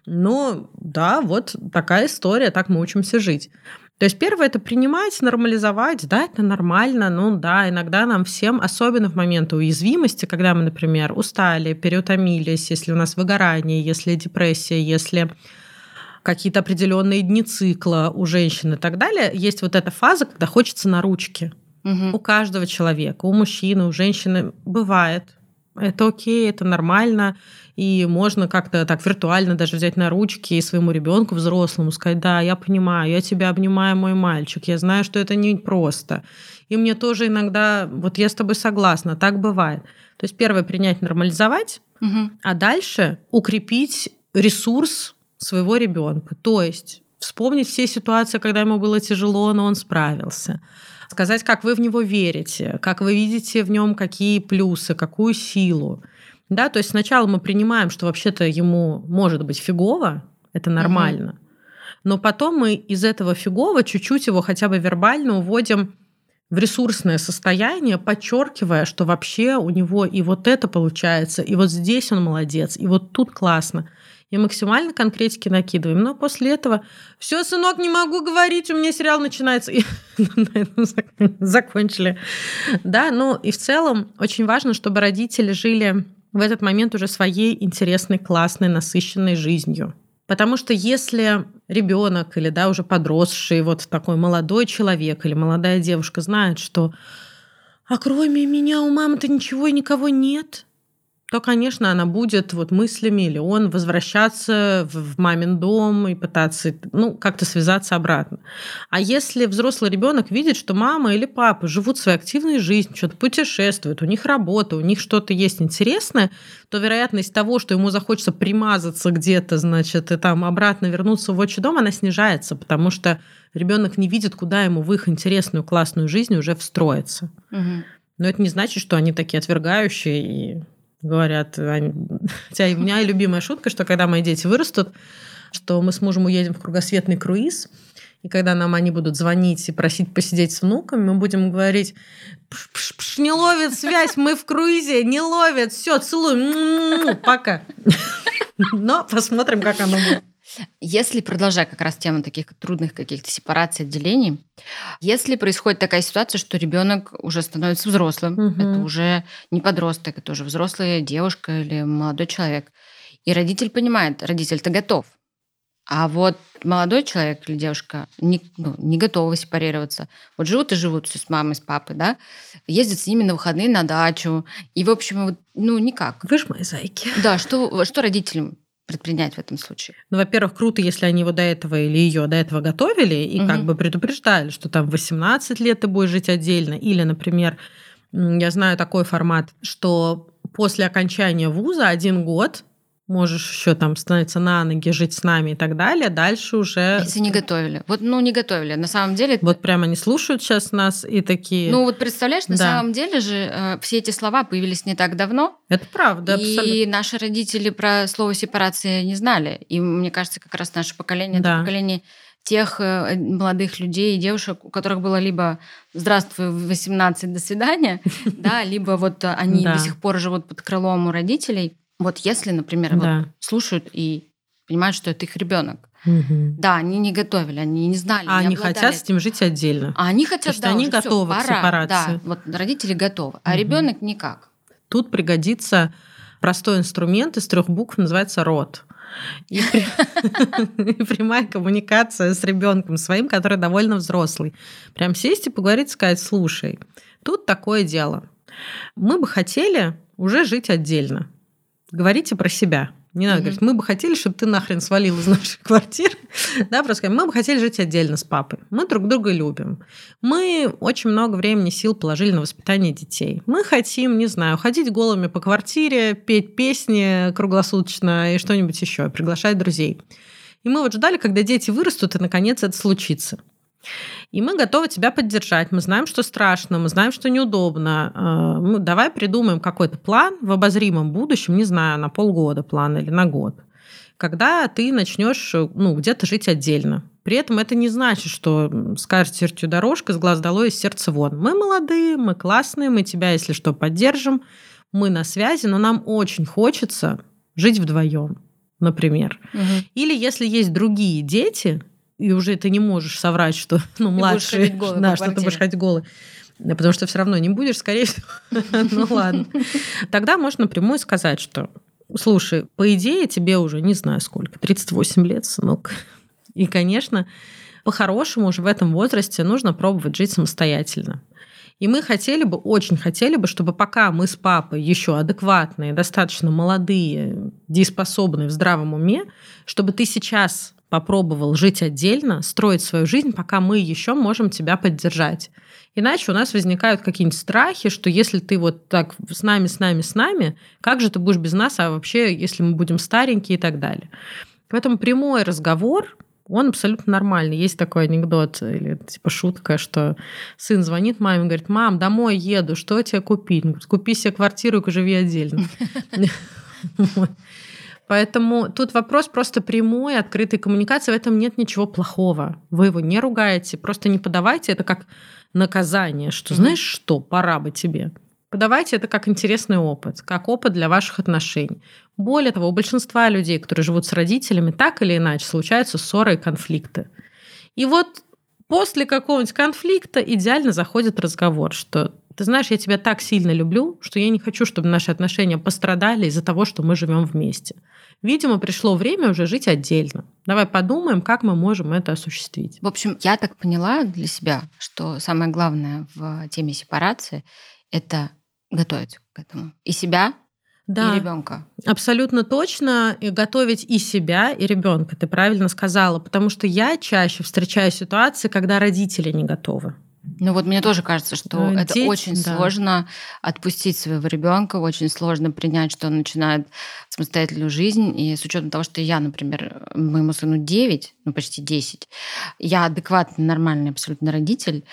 S2: Но да, вот такая история, так мы учимся жить. То есть первое – это принимать, нормализовать, да, это нормально, ну да, иногда нам всем, особенно в моменты уязвимости, когда мы, например, устали, переутомились, если у нас выгорание, если депрессия, если какие-то определенные дни цикла у женщин и так далее, есть вот эта фаза, когда хочется на ручки.
S1: Мгм.
S2: У каждого человека, у мужчины, у женщины бывает. Это окей, это нормально. И можно как-то так виртуально даже взять на ручки и своему ребенку взрослому сказать: да, я понимаю, я тебя обнимаю, мой мальчик, я знаю, что это не просто. И мне тоже иногда, вот я с тобой согласна, так бывает. То есть первое — принять, нормализовать,
S1: Мгм.
S2: а дальше укрепить ресурс своего ребенка. То есть вспомнить все ситуации, когда ему было тяжело, но он справился. Сказать, как вы в него верите, как вы видите в нем какие плюсы, какую силу. Да, то есть сначала мы принимаем, что вообще-то ему может быть фигово, это нормально. Но потом мы из этого фигово чуть-чуть его хотя бы вербально уводим в ресурсное состояние, подчеркивая, что вообще у него и вот это получается, и вот здесь он молодец, и вот тут классно. И максимально конкретики накидываем. Но после этого: все, сынок, не могу говорить, у меня сериал начинается. И на этом зак- закончили. Да, ну и в целом очень важно, чтобы родители жили в этот момент уже своей интересной, классной, насыщенной жизнью. Потому что если ребенок или да, уже подросший, вот такой молодой человек или молодая девушка знает, что а кроме меня у мамы-то ничего и никого нет, то, конечно, она будет вот мыслями или он возвращаться в в мамин дом и пытаться, ну, как-то связаться обратно. А если взрослый ребенок видит, что мама или папа живут своей активной жизнью, что-то путешествуют, у них работа, у них что-то есть интересное, то вероятность того, что ему захочется примазаться где-то, значит, и там обратно вернуться в отчий дом, она снижается, потому что ребенок не видит, куда ему в их интересную, классную жизнь уже встроиться.
S1: Мгм.
S2: Но это не значит, что они такие отвергающие и говорят, они- хотя и у меня любимая шутка, что когда мои дети вырастут, что мы с мужем уедем в кругосветный круиз, и когда нам они будут звонить и просить посидеть с внуками, мы будем говорить: пш-пш-пш, не ловит связь, мы в круизе, не ловит, все, целуем, м-м-м, пока. Но посмотрим, как оно будет.
S1: Если, продолжая как раз тему таких трудных каких-то сепараций, отделений, если происходит такая ситуация, что ребенок уже становится взрослым,
S2: Мгм.
S1: это уже не подросток, это уже взрослая девушка или молодой человек, и родитель понимает, родитель-то готов, а вот молодой человек или девушка не, ну, не готовы сепарироваться. Вот живут и живут все с мамой, с папой, да, ездят с ними на выходные на дачу, и, в общем, вот, ну, никак.
S2: Вы ж мои зайки.
S1: Да, что, что родителям предпринять в этом случае?
S2: Ну, во-первых, круто, если они его до этого или ее до этого готовили и
S1: Мгм.
S2: как бы предупреждали, что там в восемнадцать лет ты будешь жить отдельно. Или, например, м, я знаю такой формат, что после окончания вуза один год можешь еще там становиться на ноги, жить с нами и так далее. Dальше уже...
S1: Если не готовили. Вот, ну, не готовили. На самом деле...
S2: Вот прямо они слушают сейчас нас и такие...
S1: Ну, вот представляешь, на
S2: Да.
S1: самом деле же э, все эти слова появились не так давно,
S2: Это правда, абсолютно.
S1: и наши родители про слово сепарация не знали. И мне кажется, как раз наше поколение,
S2: Да.
S1: это поколение тех э, молодых людей и девушек, у которых было либо «здравствуй, в восемнадцать, до свидания», да, либо вот они
S2: Да.
S1: до сих пор живут под крылом у родителей. Вот если, например,
S2: Да.
S1: вот слушают и понимают, что это их ребенок.
S2: Мгм.
S1: Да, они не готовили, они не знали,
S2: А
S1: не
S2: они
S1: обладали
S2: хотят с
S1: этим.
S2: этим жить отдельно.
S1: А они
S2: То
S1: хотят,
S2: есть
S1: да,
S2: они
S1: уже всё,
S2: готовы к
S1: пора.
S2: сепарации.
S1: Да, вот родители готовы, а
S2: Мгм.
S1: ребенок никак.
S2: Тут пригодится простой инструмент из трех букв, называется род. И при- и прямая коммуникация с ребенком своим, который довольно взрослый. Прям сесть и поговорить, сказать: слушай, тут такое дело. Мы бы хотели уже жить отдельно. Говорите про себя. Не надо
S1: Мгм.
S2: говорить: мы бы хотели, чтобы ты нахрен свалил из нашей квартиры. Да, просто сказать: мы бы хотели жить отдельно с папой. Мы друг друга любим. Мы очень много времени, сил положили на воспитание детей. Мы хотим, не знаю, ходить голыми по квартире, петь песни круглосуточно и что-нибудь еще, приглашать друзей. И мы вот ждали, когда дети вырастут, и наконец это случится. И мы готовы тебя поддержать. Мы знаем, что страшно, мы знаем, что неудобно. Э, Ну, давай придумаем какой-то план в обозримом будущем, не знаю, на полгода план или на год, когда ты начнешь, ну, где-то жить отдельно. При этом это не значит, что м, с катертью дорожка, с глаз долой, из сердца вон. Мы молодые, мы классные, мы тебя, если что, поддержим, мы на связи, но нам очень хочется жить вдвоем, например.
S1: Мгм.
S2: Или если есть другие дети, и уже ты не можешь соврать, что ну,
S1: будешь
S2: младшие,
S1: ходить голый
S2: да,
S1: по
S2: что ты
S1: квартире.
S2: будешь ходить голый, да, потому что все равно не будешь, скорее всего. Ну ладно. Тогда можно напрямую сказать, что слушай, по идее, тебе уже не знаю сколько, тридцать восемь лет, сынок. И, конечно, по-хорошему уже в этом возрасте нужно пробовать жить самостоятельно. И мы хотели бы, очень хотели бы, чтобы пока мы с папой еще адекватные, достаточно молодые, дееспособные, в здравом уме, чтобы ты сейчас попробовал жить отдельно, строить свою жизнь, пока мы еще можем тебя поддержать. Иначе у нас возникают какие-нибудь страхи, что если ты вот так с нами, с нами, с нами, как же ты будешь без нас, а вообще, если мы будем старенькие и так далее. Поэтому прямой разговор, он абсолютно нормальный. Есть такой анекдот или типа шутка, что сын звонит маме и говорит: мам, домой еду, что тебе купить? Он говорит: купи себе квартиру и живи отдельно. Вот. Поэтому тут вопрос просто прямой, открытой коммуникации. В этом нет ничего плохого. Вы его не ругаете, просто не подавайте это как наказание, что, знаешь что, пора бы тебе. Подавайте это как интересный опыт, как опыт для ваших отношений. Более того, у большинства людей, которые живут с родителями, так или иначе случаются ссоры и конфликты. И вот после какого-нибудь конфликта идеально заходит разговор, что ты знаешь, я тебя так сильно люблю, что я не хочу, чтобы наши отношения пострадали из-за того, что мы живем вместе. Видимо, пришло время уже жить отдельно. Давай подумаем, как мы можем это осуществить.
S1: В общем, я так поняла для себя, что самое главное в теме сепарации — это готовить к этому и себя,
S2: Да,
S1: и ребенка.
S2: абсолютно точно. И готовить и себя, и ребенка. Ты правильно сказала, потому что я чаще встречаю ситуации, когда родители не готовы.
S1: Ну вот мне тоже кажется, что
S2: Э,
S1: это
S2: дети,
S1: очень
S2: да.
S1: сложно отпустить своего ребенка, очень сложно принять, что он начинает самостоятельную жизнь. И с учетом того, что я, например, моему сыну девять, ну почти десять, я адекватный, нормальный абсолютно родитель,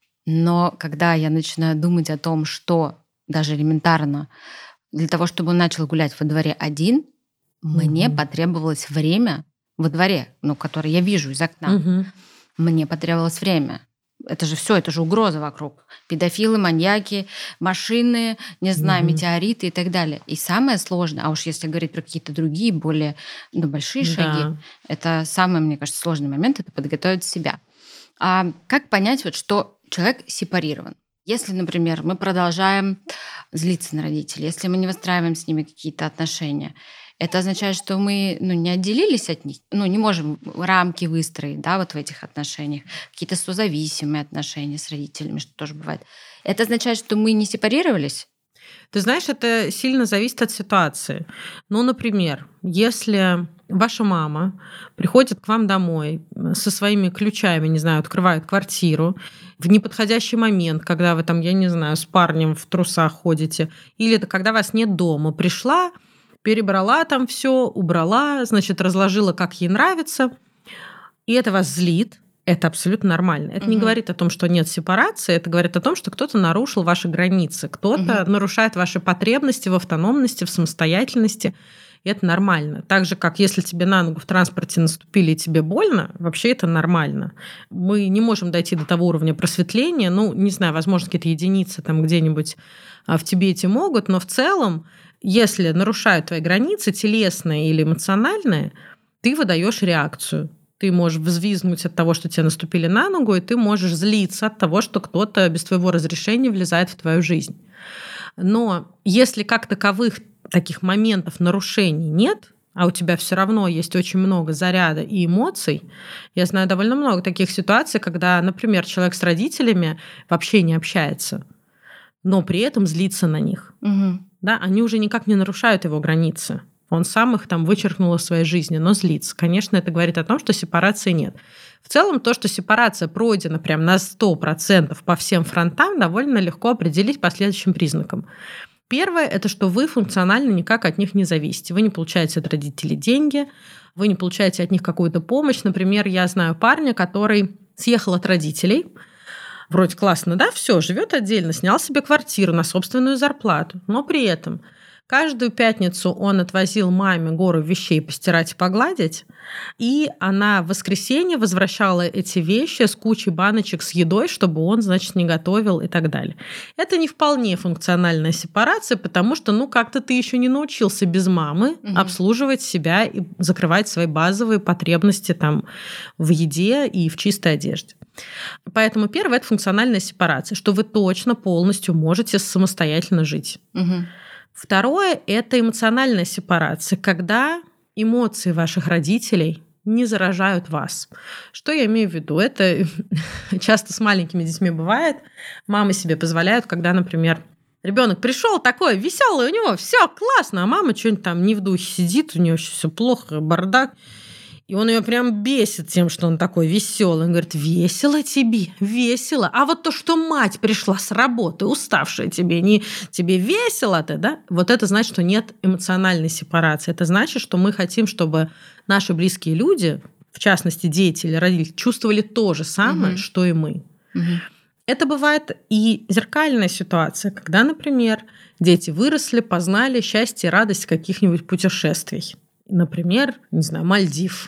S1: но когда я начинаю думать о том, что даже элементарно для того, чтобы он начал гулять во дворе один, мне
S2: Мгм.
S1: потребовалось время во дворе, ну, которое я вижу из окна.
S2: Мгм.
S1: Мне потребовалось время. Это же все, это же угроза вокруг. Педофилы, маньяки, машины, не знаю,
S2: Мгм.
S1: метеориты и так далее. И самое сложное, а уж если говорить про какие-то другие, более ну, большие шаги,
S2: Да.
S1: это самый, мне кажется, сложный момент, это подготовить себя. А как понять, вот, что человек сепарирован? Если, например, мы продолжаем злиться на родителей, если мы не выстраиваем с ними какие-то отношения, это означает, что мы ну, не отделились от них, ну, не можем рамки выстроить да, вот в этих отношениях, какие-то созависимые отношения с родителями, что тоже бывает. Это означает, что мы не сепарировались?
S2: Ты знаешь, это сильно зависит от ситуации. Ну, например, если ваша мама приходит к вам домой со своими ключами, не знаю, открывает квартиру в неподходящий момент, когда вы там, я не знаю, с парнем в трусах ходите, или это когда вас нет дома, пришла, перебрала там все, убрала, значит, разложила, как ей нравится, и это вас злит, это абсолютно нормально. Это не
S1: Мгм.
S2: говорит о том, что нет сепарации, это говорит о том, что кто-то нарушил ваши границы, кто-то
S1: Мгм.
S2: нарушает ваши потребности в автономности, в самостоятельности. И это нормально. Так же, как если тебе на ногу в транспорте наступили и тебе больно, вообще это нормально. Мы не можем дойти до того уровня просветления, ну, не знаю, возможно, какие-то единицы там где-нибудь а, в Тибете могут, но в целом если нарушают твои границы, телесные или эмоциональные, ты выдаешь реакцию. Ты можешь взвизгнуть от того, что тебе наступили на ногу, и ты можешь злиться от того, что кто-то без твоего разрешения влезает в твою жизнь. Но если как таковых таких моментов нарушений нет, а у тебя все равно есть очень много заряда и эмоций, я знаю довольно много таких ситуаций, когда, например, человек с родителями вообще не общается, но при этом злится на них.
S1: Угу.
S2: Да, они уже никак не нарушают его границы. Он сам их там вычеркнул из своей жизни, но злится. Конечно, это говорит о том, что сепарации нет. В целом, то, что сепарация пройдена прям на сто процентов по всем фронтам, довольно легко определить по следующим признакам. Первое – это что вы функционально никак от них не зависите. Вы не получаете от родителей деньги, вы не получаете от них какую-то помощь. Например, я знаю парня, который съехал от родителей. Вроде классно, да, все, живет отдельно, снял себе квартиру на собственную зарплату, но при этом каждую пятницу он отвозил маме гору вещей постирать и погладить, и она в воскресенье возвращала эти вещи с кучей баночек с едой, чтобы он, значит, не готовил и так далее. Это не вполне функциональная сепарация, потому что, ну, как-то ты еще не научился без мамы угу. обслуживать себя и закрывать свои базовые потребности там в еде и в чистой одежде. Поэтому первое – это функциональная сепарация, что вы точно полностью можете самостоятельно жить.
S1: Угу.
S2: Второе – это эмоциональная сепарация, когда эмоции ваших родителей не заражают вас. Что я имею в виду? Это часто с маленькими детьми бывает. Мамы себе позволяют, когда, например, ребенок пришел такой веселый, у него все классно, а мама что-нибудь там не в духе сидит, у нее все плохо, бардак. И он ее прям бесит тем, что он такой веселый. Он говорит: весело тебе, весело. А вот то, что мать пришла с работы, уставшая тебе, не тебе весело-то, да? Вот это значит, что нет эмоциональной сепарации. Это значит, что мы хотим, чтобы наши близкие люди, в частности, дети или родители, чувствовали то же самое, угу. что и мы.
S1: Угу.
S2: Это бывает и зеркальная ситуация, когда, например, дети выросли, познали счастье и радость каких-нибудь путешествий. Например, не знаю, Мальдив.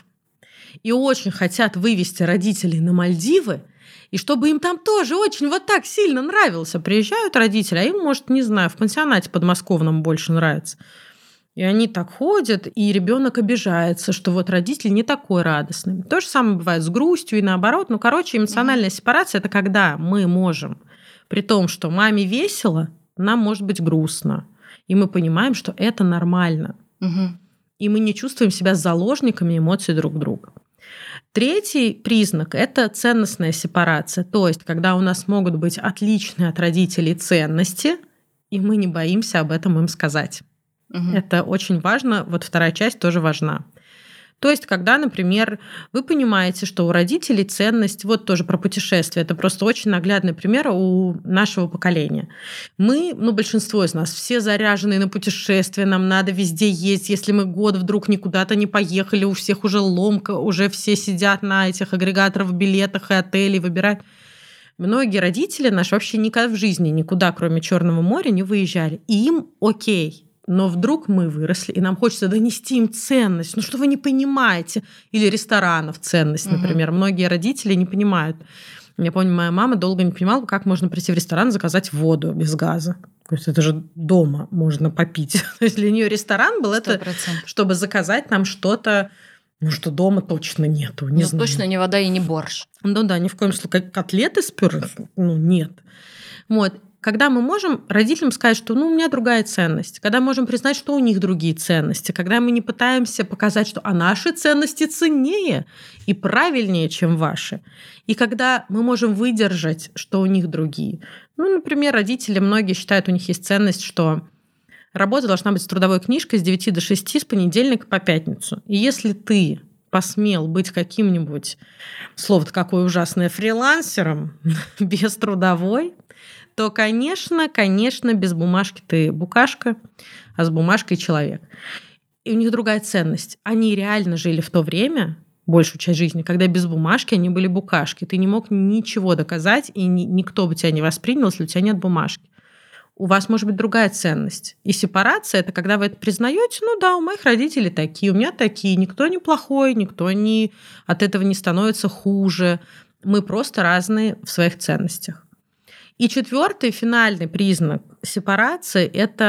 S2: И очень хотят вывести родителей на Мальдивы, и чтобы им там тоже очень вот так сильно нравилось. Приезжают родители, а им, может, не знаю, в пансионате подмосковном больше нравится. И они так ходят, и ребенок обижается, что вот родитель не такой радостный. То же самое бывает с грустью и наоборот. Ну, короче, эмоциональная сепарация – это когда мы можем, при том, что маме весело, нам может быть грустно. И мы понимаем, что это нормально.
S1: Угу.
S2: И мы не чувствуем себя заложниками эмоций друг друга. Третий признак – это ценностная сепарация. То есть, когда у нас могут быть отличные от родителей ценности, и мы не боимся об этом им сказать.
S1: Угу.
S2: Это очень важно. Вот вторая часть тоже важна. То есть, когда, например, вы понимаете, что у родителей ценность, вот тоже про путешествия, это просто очень наглядный пример у нашего поколения. Мы, ну, большинство из нас, все заряженные на путешествия, нам надо везде ездить. Если мы год вдруг никуда-то не поехали, у всех уже ломка, уже все сидят на этих агрегаторах, билетах и отелей, выбирают. Многие родители наши вообще никогда в жизни никуда, кроме Черного моря, не выезжали. И им окей. Но вдруг мы выросли, и нам хочется донести им ценность. Ну что вы не понимаете? Или ресторанов ценность, например. Угу. Многие родители не понимают. Я помню, моя мама долго не понимала, как можно прийти в ресторан и заказать воду без газа. То есть это же дома можно попить. То есть для нее ресторан был сто процентов это, чтобы заказать нам что-то, ну что дома точно нету. Не
S1: ну,
S2: знаю.
S1: Точно не вода и не борщ.
S2: Ну да, ни в коем случае. Котлеты с пюре? Ну нет. Вот. Когда мы можем родителям сказать, что ну, у меня другая ценность, когда мы можем признать, что у них другие ценности, когда мы не пытаемся показать, что а наши ценности ценнее и правильнее, чем ваши, и когда мы можем выдержать, что у них другие. Ну, например, родители, многие считают, у них есть ценность, что работа должна быть с трудовой книжкой с девяти до шести, с понедельника по пятницу. И если ты посмел быть каким-нибудь, слово-то какое ужасное, фрилансером без трудовой, то, конечно, конечно, без бумажки ты букашка, а с бумажкой человек. И у них другая ценность. Они реально жили в то время, большую часть жизни, когда без бумажки они были букашки. Ты не мог ничего доказать, и ни, никто бы тебя не воспринял, если у тебя нет бумажки. У вас может быть другая ценность. И сепарация – это когда вы это признаете, ну да, у моих родителей такие, у меня такие, никто не плохой, никто не, от этого не становится хуже. Мы просто разные в своих ценностях. И четвертый, финальный признак сепарации – это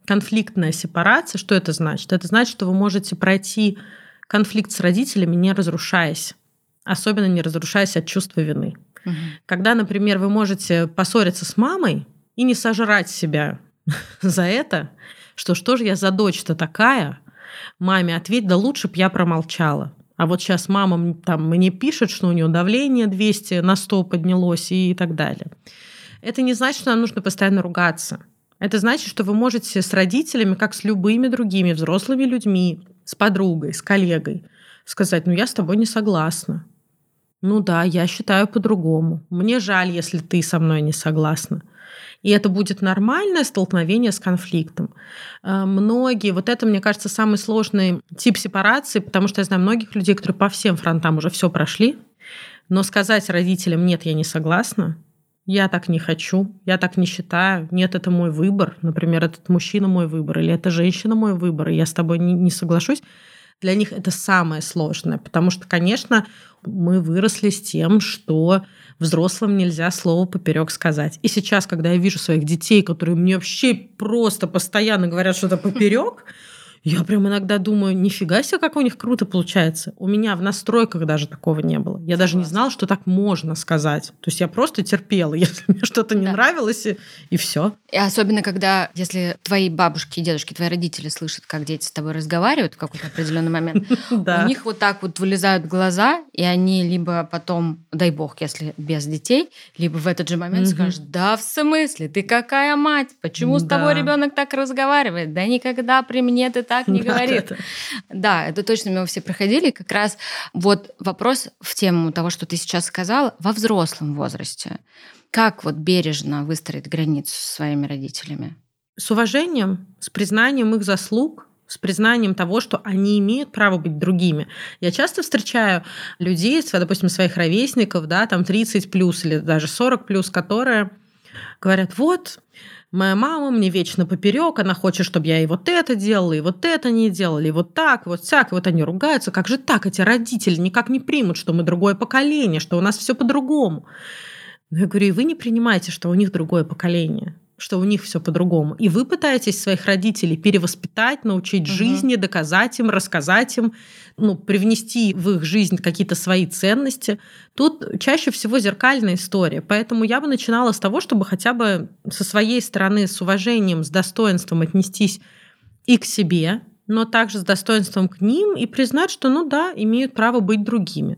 S2: конфликтная сепарация, что это значит? Это значит, что вы можете пройти конфликт с родителями, не разрушаясь. Особенно не разрушаясь от чувства вины. Угу. Когда, например, вы можете поссориться с мамой и не сожрать себя за это, что что же я за дочь-то такая? Маме ответь, да лучше б я промолчала. А вот сейчас мама там мне пишет, что у нее давление двести на сто поднялось и так далее. Это не значит, что нам нужно постоянно ругаться. Это значит, что вы можете с родителями, как с любыми другими взрослыми людьми, с подругой, с коллегой, сказать, ну я с тобой не согласна. Ну да, я считаю по-другому. Мне жаль, если ты со мной не согласна. И это будет нормальное столкновение с конфликтом. Многие, вот это, мне кажется, самый сложный тип сепарации, потому что я знаю многих людей, которые по всем фронтам уже все прошли, но сказать родителям, нет, я не согласна, я так не хочу, я так не считаю, нет, это мой выбор, например, этот мужчина мой выбор, или эта женщина мой выбор, и я с тобой не, не соглашусь, для них это самое сложное, потому что, конечно, мы выросли с тем, что взрослым нельзя слово поперек сказать. И сейчас, когда я вижу своих детей, которые мне вообще просто постоянно говорят что-то поперек, я прям иногда думаю, нифига себе, как у них круто получается. У меня в настройках даже такого не было. Я Согласна. Даже не знала, что так можно сказать. То есть я просто терпела, если мне что-то не да. нравилось, и, и все.
S1: И особенно, когда, если твои бабушки и дедушки, твои родители слышат, как дети с тобой разговаривают в какой-то определенный момент, у них вот так вот вылезают глаза, и они либо потом, дай бог, если без детей, либо в этот же момент скажут, да в смысле, ты какая мать? Почему с тобой ребенок так разговаривает? Да никогда при мне ты так так не говорит. Да, да, это точно мы все проходили. Как раз вот вопрос в тему того, что ты сейчас сказала, во взрослом возрасте. Как вот бережно выстроить границу со своими родителями?
S2: С уважением, с признанием их заслуг, с признанием того, что они имеют право быть другими. Я часто встречаю людей, допустим, своих ровесников, да, там тридцать плюс или даже сорок плюс, которые говорят, вот, моя мама мне вечно поперек, она хочет, чтобы я и вот это делала, и вот это не делала, и вот так, и вот так, и вот они ругаются. Как же так? Эти родители никак не примут, что мы другое поколение, что у нас все по-другому. Но я говорю, и вы не принимаете, что у них другое поколение, что у них все по-другому. И вы пытаетесь своих родителей перевоспитать, научить угу. жизни, доказать им, рассказать им, ну, привнести в их жизнь какие-то свои ценности. Тут чаще всего зеркальная история. Поэтому я бы начинала с того, чтобы хотя бы со своей стороны с уважением, с достоинством отнестись и к себе, но также с достоинством к ним и признать, что, ну да, имеют право быть другими.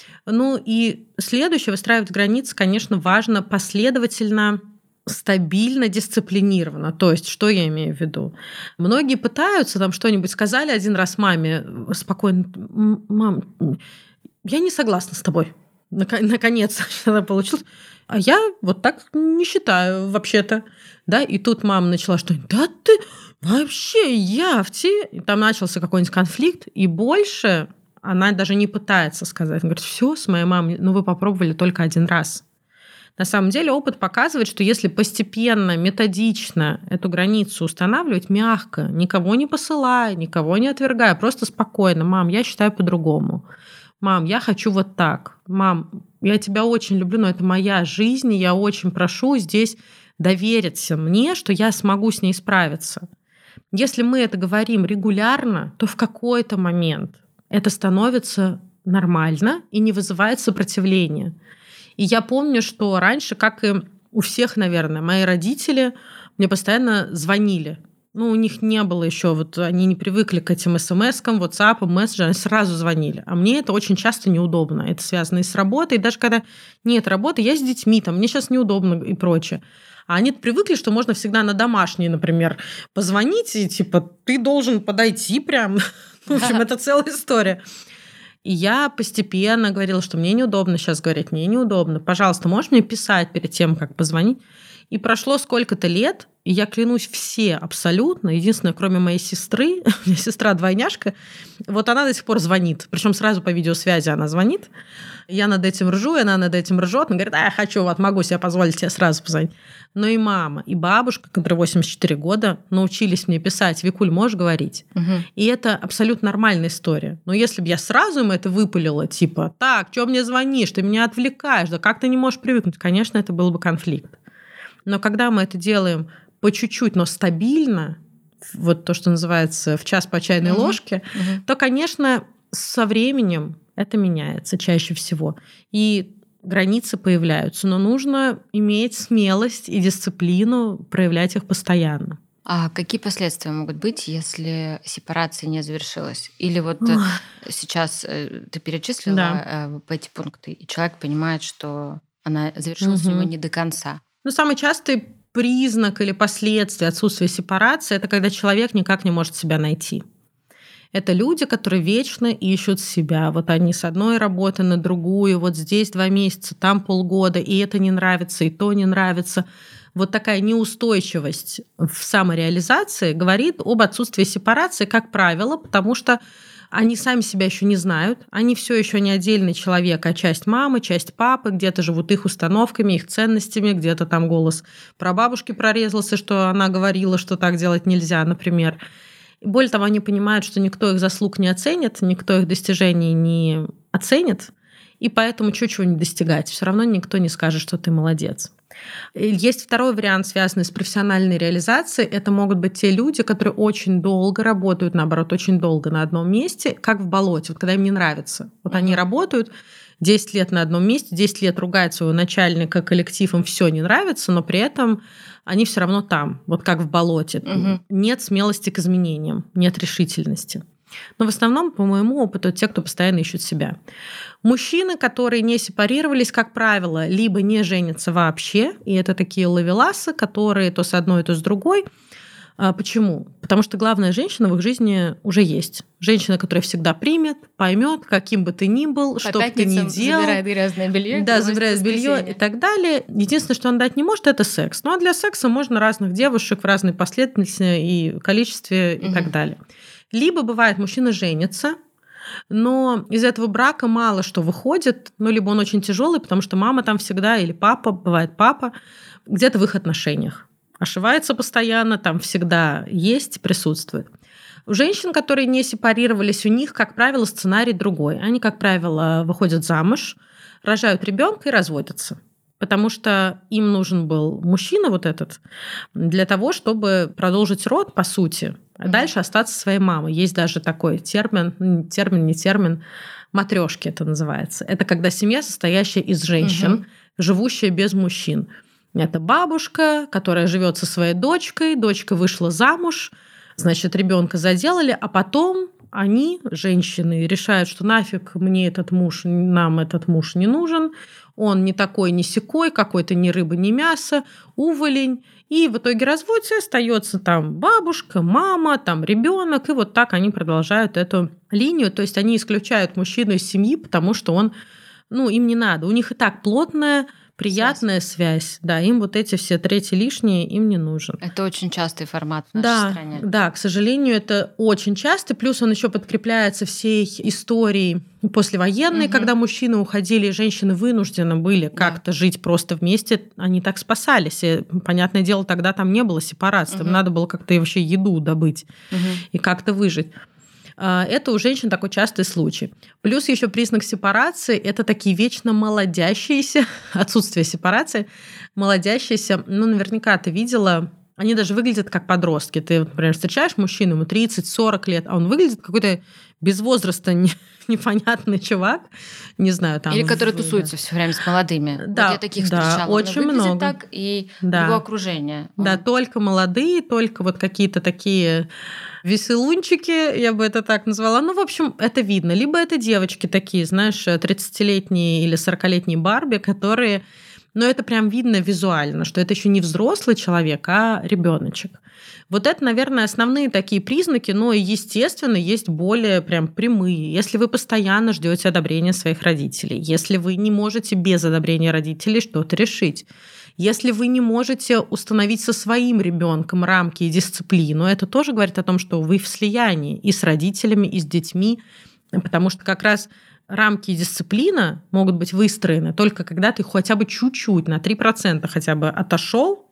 S2: Ну и следующее, выстраивать границы, конечно, важно последовательно, стабильно, дисциплинированно. То есть, что я имею в виду? Многие пытаются, там что-нибудь сказали один раз маме спокойно, мам, я не согласна с тобой. Наконец она получилась. А я вот так не считаю вообще-то. Да? И тут мама начала что-нибудь, да ты вообще, я в те... И там начался какой-нибудь конфликт, и больше она даже не пытается сказать. Она говорит, все, с моей мамой, ну вы попробовали только один раз. На самом деле опыт показывает, что если постепенно, методично эту границу устанавливать, мягко, никого не посылая, никого не отвергая, просто спокойно. Мам, я считаю по-другому. Мам, я хочу вот так. Мам, я тебя очень люблю, но это моя жизнь, и я очень прошу здесь довериться мне, что я смогу с ней справиться. Если мы это говорим регулярно, то в какой-то момент это становится нормально и не вызывает сопротивления. И я помню, что раньше, как и у всех, наверное, мои родители мне постоянно звонили. Ну, у них не было еще, вот они не привыкли к этим смс-кам, WhatsApp, мессенджерам, они сразу звонили. А мне это очень часто неудобно. Это связано и с работой, и даже когда нет работы, я с детьми, там, мне сейчас неудобно и прочее. А они привыкли, что можно всегда на домашний, например, позвонить, и типа ты должен подойти прям. В общем, это целая история. И я постепенно говорила, что мне неудобно сейчас говорить, мне неудобно. Пожалуйста, можешь мне писать перед тем, как позвонить? И прошло сколько-то лет, и я клянусь, все абсолютно, единственное, кроме моей сестры, у меня сестра-двойняшка, вот она до сих пор звонит, причем сразу по видеосвязи она звонит. Я над этим ржу, и она над этим ржет, она говорит, а я хочу, вот могу себе позволить тебе сразу позвонить. Но и мама, и бабушка, которая восемьдесят четыре года, научились мне писать, Викуль, можешь говорить? Угу. И это абсолютно нормальная история. Но если бы я сразу им это выпалила, типа, так, что мне звонишь, ты меня отвлекаешь, да как ты не можешь привыкнуть? Конечно, это был бы конфликт. Но когда мы это делаем по чуть-чуть, но стабильно, вот то, что называется в час по чайной
S1: Мгм.
S2: ложке,
S1: Мгм.
S2: то, конечно, со временем это меняется чаще всего. И границы появляются, но нужно иметь смелость и дисциплину проявлять их постоянно.
S1: А какие последствия могут быть, если сепарация не завершилась? Или вот э,
S2: Ой,
S1: сейчас э, ты перечислила
S2: да.
S1: э, вот эти пункты, и человек понимает, что она завершилась у него
S2: Мгм.
S1: не до конца.
S2: Ну, самый частый признак или последствие отсутствия сепарации – это когда человек никак не может себя найти. Это люди, которые вечно ищут себя. Вот они с одной работы на другую, вот здесь два месяца, там полгода, и это не нравится, и то не нравится. Вот такая неустойчивость в самореализации говорит об отсутствии сепарации, как правило, потому что они сами себя еще не знают, они все еще не отдельный человек, а часть мамы, часть папы, где-то живут их установками, их ценностями, где-то там голос прабабушки прорезался, что она говорила, что так делать нельзя, например. И более того, они понимают, что никто их заслуг не оценит, никто их достижений не оценит, и поэтому чего-чего не достигать. Все равно никто не скажет, что ты молодец. Есть второй вариант, связанный с профессиональной реализацией. Это могут быть те люди, которые очень долго работают, наоборот, очень долго на одном месте, как в болоте, вот когда им не нравится. Вот
S1: Мгм.
S2: они работают десять лет на одном месте, десять лет ругают своего начальника, коллектив, им все не нравится, но при этом они все равно там, вот как в болоте.
S1: Мгм.
S2: Нет смелости к изменениям, нет решительности. Но в основном, по моему опыту, те, кто постоянно ищут себя. Мужчины, которые не сепарировались, как правило, либо не женятся вообще, и это такие ловеласы, которые то с одной, то с другой. А почему? Потому что главная женщина в их жизни уже есть. Женщина, которая всегда примет, поймет, каким бы ты ни был,
S1: По
S2: что бы ты ни
S1: пятницам
S2: делал.
S1: забирает грязное белье.
S2: Да, забирает белье и так далее. Единственное, что он дать не может, это секс. Ну а для секса можно разных девушек в разной последовательности и количестве и
S1: Мгм.
S2: так далее. Либо бывает, мужчина женится, но из этого брака мало что выходит, ну, либо он очень тяжелый, потому что мама там всегда, или папа, бывает папа, где-то в их отношениях. Ошивается постоянно, там всегда есть, присутствует. У женщин, которые не сепарировались, у них, как правило, сценарий другой. Они, как правило, выходят замуж, рожают ребенка и разводятся. Потому что им нужен был мужчина вот этот для того, чтобы продолжить род, по сути, а дальше остаться своей мамой. Есть даже такой термин, ну, термин, не термин, матрешки это называется. Это когда семья, состоящая из женщин,
S1: Мгм.
S2: живущая без мужчин. Это бабушка, которая живет со своей дочкой, дочка вышла замуж, значит, ребенка заделали, а потом они, женщины, решают, что нафиг мне этот муж, нам этот муж не нужен, он не такой, не сякой, какой-то ни рыба, ни мясо, уволень. И в итоге разводится, и остается там бабушка, мама, там ребенок, и вот так они продолжают эту линию. То есть они исключают мужчину из семьи, потому что он, ну, им не надо. У них и так плотная, приятная связь. связь. Да, им вот эти все трети лишние им не нужен.
S1: Это очень частый формат в нашей
S2: Да,
S1: стране.
S2: да, к сожалению, это очень часто. Плюс он еще подкрепляется всей историей послевоенной,
S1: Мгм.
S2: когда мужчины уходили, и женщины вынуждены были
S1: Да.
S2: как-то жить просто вместе. Они так спасались. И, понятное дело, тогда там не было сепарации. Там
S1: Мгм.
S2: надо было как-то вообще еду добыть
S1: Мгм.
S2: и как-то выжить. А, Это у женщин такой частый случай. Плюс еще признак сепарации – это такие вечно молодящиеся, отсутствие сепарации, молодящиеся, ну, наверняка ты видела, они даже выглядят как подростки. Ты, например, встречаешь мужчину, ему тридцать-сорок лет, а он выглядит какой-то без возраста не- непонятный чувак, не знаю, там...
S1: Или который
S2: в-
S1: тусуется все время с молодыми.
S2: Да,
S1: Вот я таких
S2: да,
S1: встречала. Он
S2: очень
S1: выглядит
S2: много.
S1: так, и
S2: Да.
S1: его окружение.
S2: Да,
S1: Он-
S2: только молодые, только вот какие-то такие веселунчики, я бы это так назвала. Ну, в общем, это видно. Либо это девочки такие, знаешь, тридцатилетние или сорокалетние Барби, которые... Но это прям видно визуально, что это еще не взрослый человек, а ребеночек. Вот это, наверное, основные такие признаки, но, естественно, есть более прям прямые. Если вы постоянно ждете одобрения своих родителей, если вы не можете без одобрения родителей что-то решить, если вы не можете установить со своим ребенком рамки и дисциплину, это тоже говорит о том, что вы в слиянии и с родителями, и с детьми, потому что как раз рамки и дисциплина могут быть выстроены только когда ты хотя бы чуть-чуть, на три процента хотя бы отошел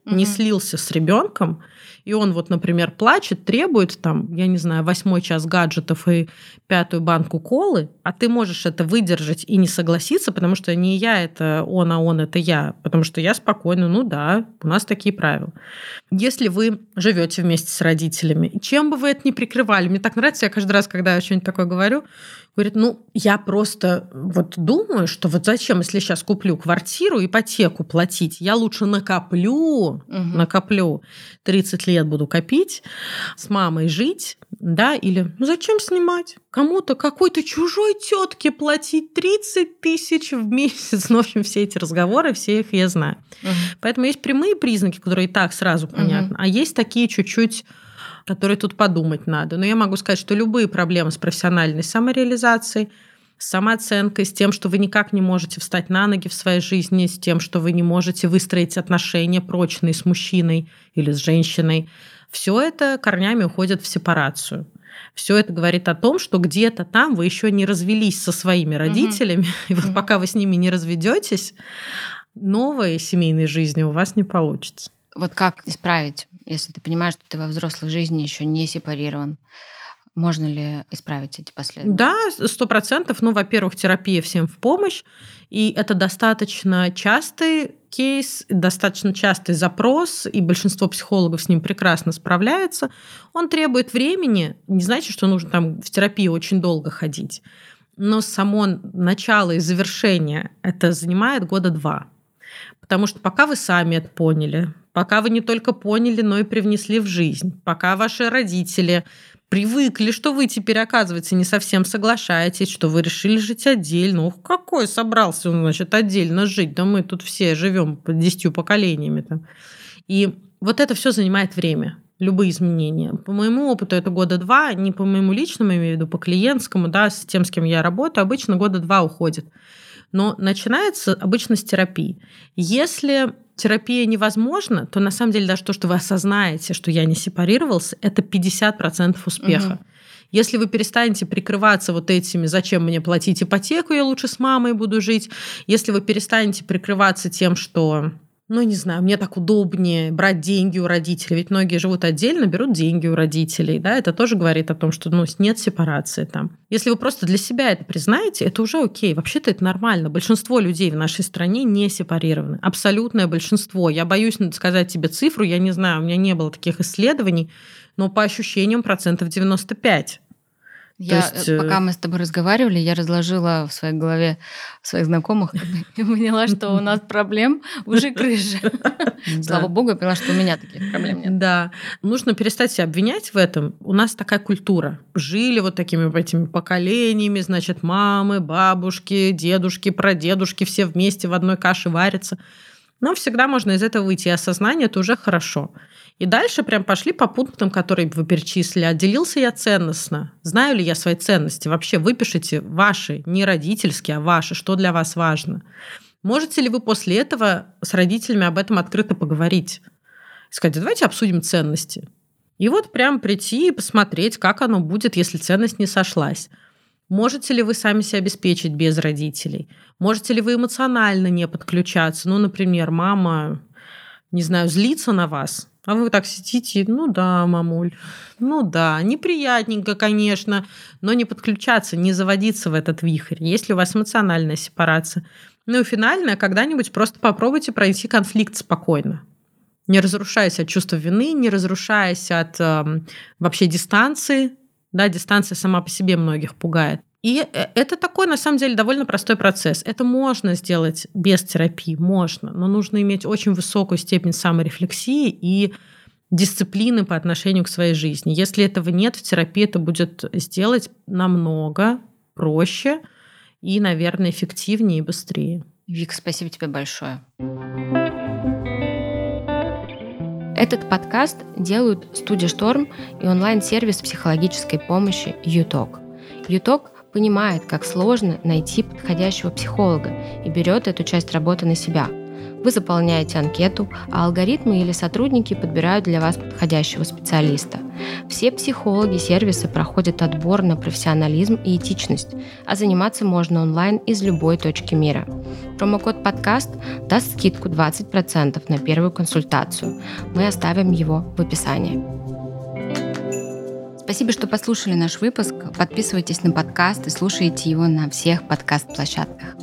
S2: угу. не слился с ребенком, и он вот, например, плачет, требует там, я не знаю, восьмой час гаджетов и пятую банку колы, а ты можешь это выдержать и не согласиться, потому что не я это он, а он это я, потому что я спокойно, ну да, у нас такие правила. Если вы живете вместе с родителями, чем бы вы это ни прикрывали, мне так нравится, я каждый раз, когда я что-нибудь такое говорю, говорит, ну, я просто вот думаю, что вот зачем, если сейчас куплю квартиру, ипотеку платить, я лучше накоплю, угу. накоплю, тридцать лет буду копить, с мамой жить, да, или ну зачем снимать? Кому-то, какой-то чужой тетке платить тридцать тысяч в месяц. Ну, в общем, все эти разговоры, все их я знаю. Угу. Поэтому есть прямые признаки, которые и так сразу понятны, угу. а есть такие чуть-чуть, которые тут подумать надо. Но я могу сказать, что любые проблемы с профессиональной самореализацией, с самооценкой, с тем, что вы никак не можете встать на ноги в своей жизни, с тем, что вы не можете выстроить отношения прочные с мужчиной или с женщиной, все это корнями уходит в сепарацию. Все это говорит о том, что где-то там вы еще не развелись со своими родителями, угу. и вот угу. пока вы с ними не разведетесь, новой семейной жизни у вас не получится.
S1: Вот как исправить, если ты понимаешь, что ты во взрослой жизни еще не сепарирован? Можно ли исправить эти последствия?
S2: Да, сто процентов. Ну, во-первых, терапия всем в помощь. И это достаточно частый кейс, достаточно частый запрос, и большинство психологов с ним прекрасно справляется. Он требует времени. Не значит, что нужно там в терапию очень долго ходить. Но само начало и завершение это занимает года два. Потому что пока вы сами это поняли, пока вы не только поняли, но и привнесли в жизнь, пока ваши родители привыкли, что вы теперь, оказывается, не совсем соглашаетесь, что вы решили жить отдельно. Ух, какой собрался он, значит, отдельно жить? Да мы тут все живем под десятью поколениями. Там. И вот это все занимает время, любые изменения. По моему опыту это года два, не по моему личному, я имею в виду по клиентскому, да, с тем, с кем я работаю, обычно года два уходит. Но начинается обычно с терапии. Если терапия невозможна, то на самом деле даже то, что вы осознаете, что я не сепарировался, это пятьдесят процентов успеха. Угу. Если вы перестанете прикрываться вот этими «зачем мне платить ипотеку, я лучше с мамой буду жить», если вы перестанете прикрываться тем, что... Ну, не знаю, мне так удобнее брать деньги у родителей. Ведь многие живут отдельно, берут деньги у родителей. Да? Это тоже говорит о том, что ну, нет сепарации там. Если вы просто для себя это признаете, это уже окей. Вообще-то это нормально. Большинство людей в нашей стране не сепарированы. Абсолютное большинство. Я боюсь сказать тебе цифру, я не знаю, у меня не было таких исследований, но по ощущениям процентов девяносто пять.
S1: Я, есть... Пока мы с тобой разговаривали, я разложила в своей голове своих знакомых и поняла, что у нас проблем уже крыша. Слава богу, я поняла, что у меня таких проблем нет.
S2: Да. Нужно перестать себя обвинять в этом. У нас такая культура. Жили вот такими этими поколениями, значит, мамы, бабушки, дедушки, прадедушки, все вместе в одной каше варятся. Но всегда можно из этого выйти. И осознание – это уже хорошо. И дальше прям пошли по пунктам, которые вы перечислили. Отделился я ценностно? Знаю ли я свои ценности? Вообще выпишите ваши, не родительские, а ваши, что для вас важно. Можете ли вы после этого с родителями об этом открыто поговорить? И сказать, давайте обсудим ценности. И вот прям прийти и посмотреть, как оно будет, если ценность не сошлась. Можете ли вы сами себя обеспечить без родителей? Можете ли вы эмоционально не подключаться? Ну, например, мама, не знаю, злится на вас, а вы так сидите, ну да, мамуль, ну да, неприятненько, конечно, но не подключаться, не заводиться в этот вихрь, если у вас эмоциональная сепарация. Ну и финальное, когда-нибудь просто попробуйте пройти конфликт спокойно, не разрушаясь от чувства вины, не разрушаясь от э, вообще дистанции. Да, дистанция сама по себе многих пугает. И это такой, на самом деле, довольно простой процесс. Это можно сделать без терапии, можно, но нужно иметь очень высокую степень саморефлексии и дисциплины по отношению к своей жизни. Если этого нет, в терапии это будет сделать намного проще и, наверное, эффективнее и быстрее.
S1: Вика, спасибо тебе большое. Этот подкаст делают студия «Шторм» и онлайн-сервис психологической помощи «Юток». «Юток» понимает, как сложно найти подходящего психолога и берет эту часть работы на себя. Вы заполняете анкету, а алгоритмы или сотрудники подбирают для вас подходящего специалиста. Все психологи сервиса проходят отбор на профессионализм и этичность, а заниматься можно онлайн из любой точки мира. Промокод «Подкаст» даст скидку двадцать процентов на первую консультацию. Мы оставим его в описании. Спасибо, что послушали наш выпуск. Подписывайтесь на подкаст и слушайте его на всех подкаст-площадках.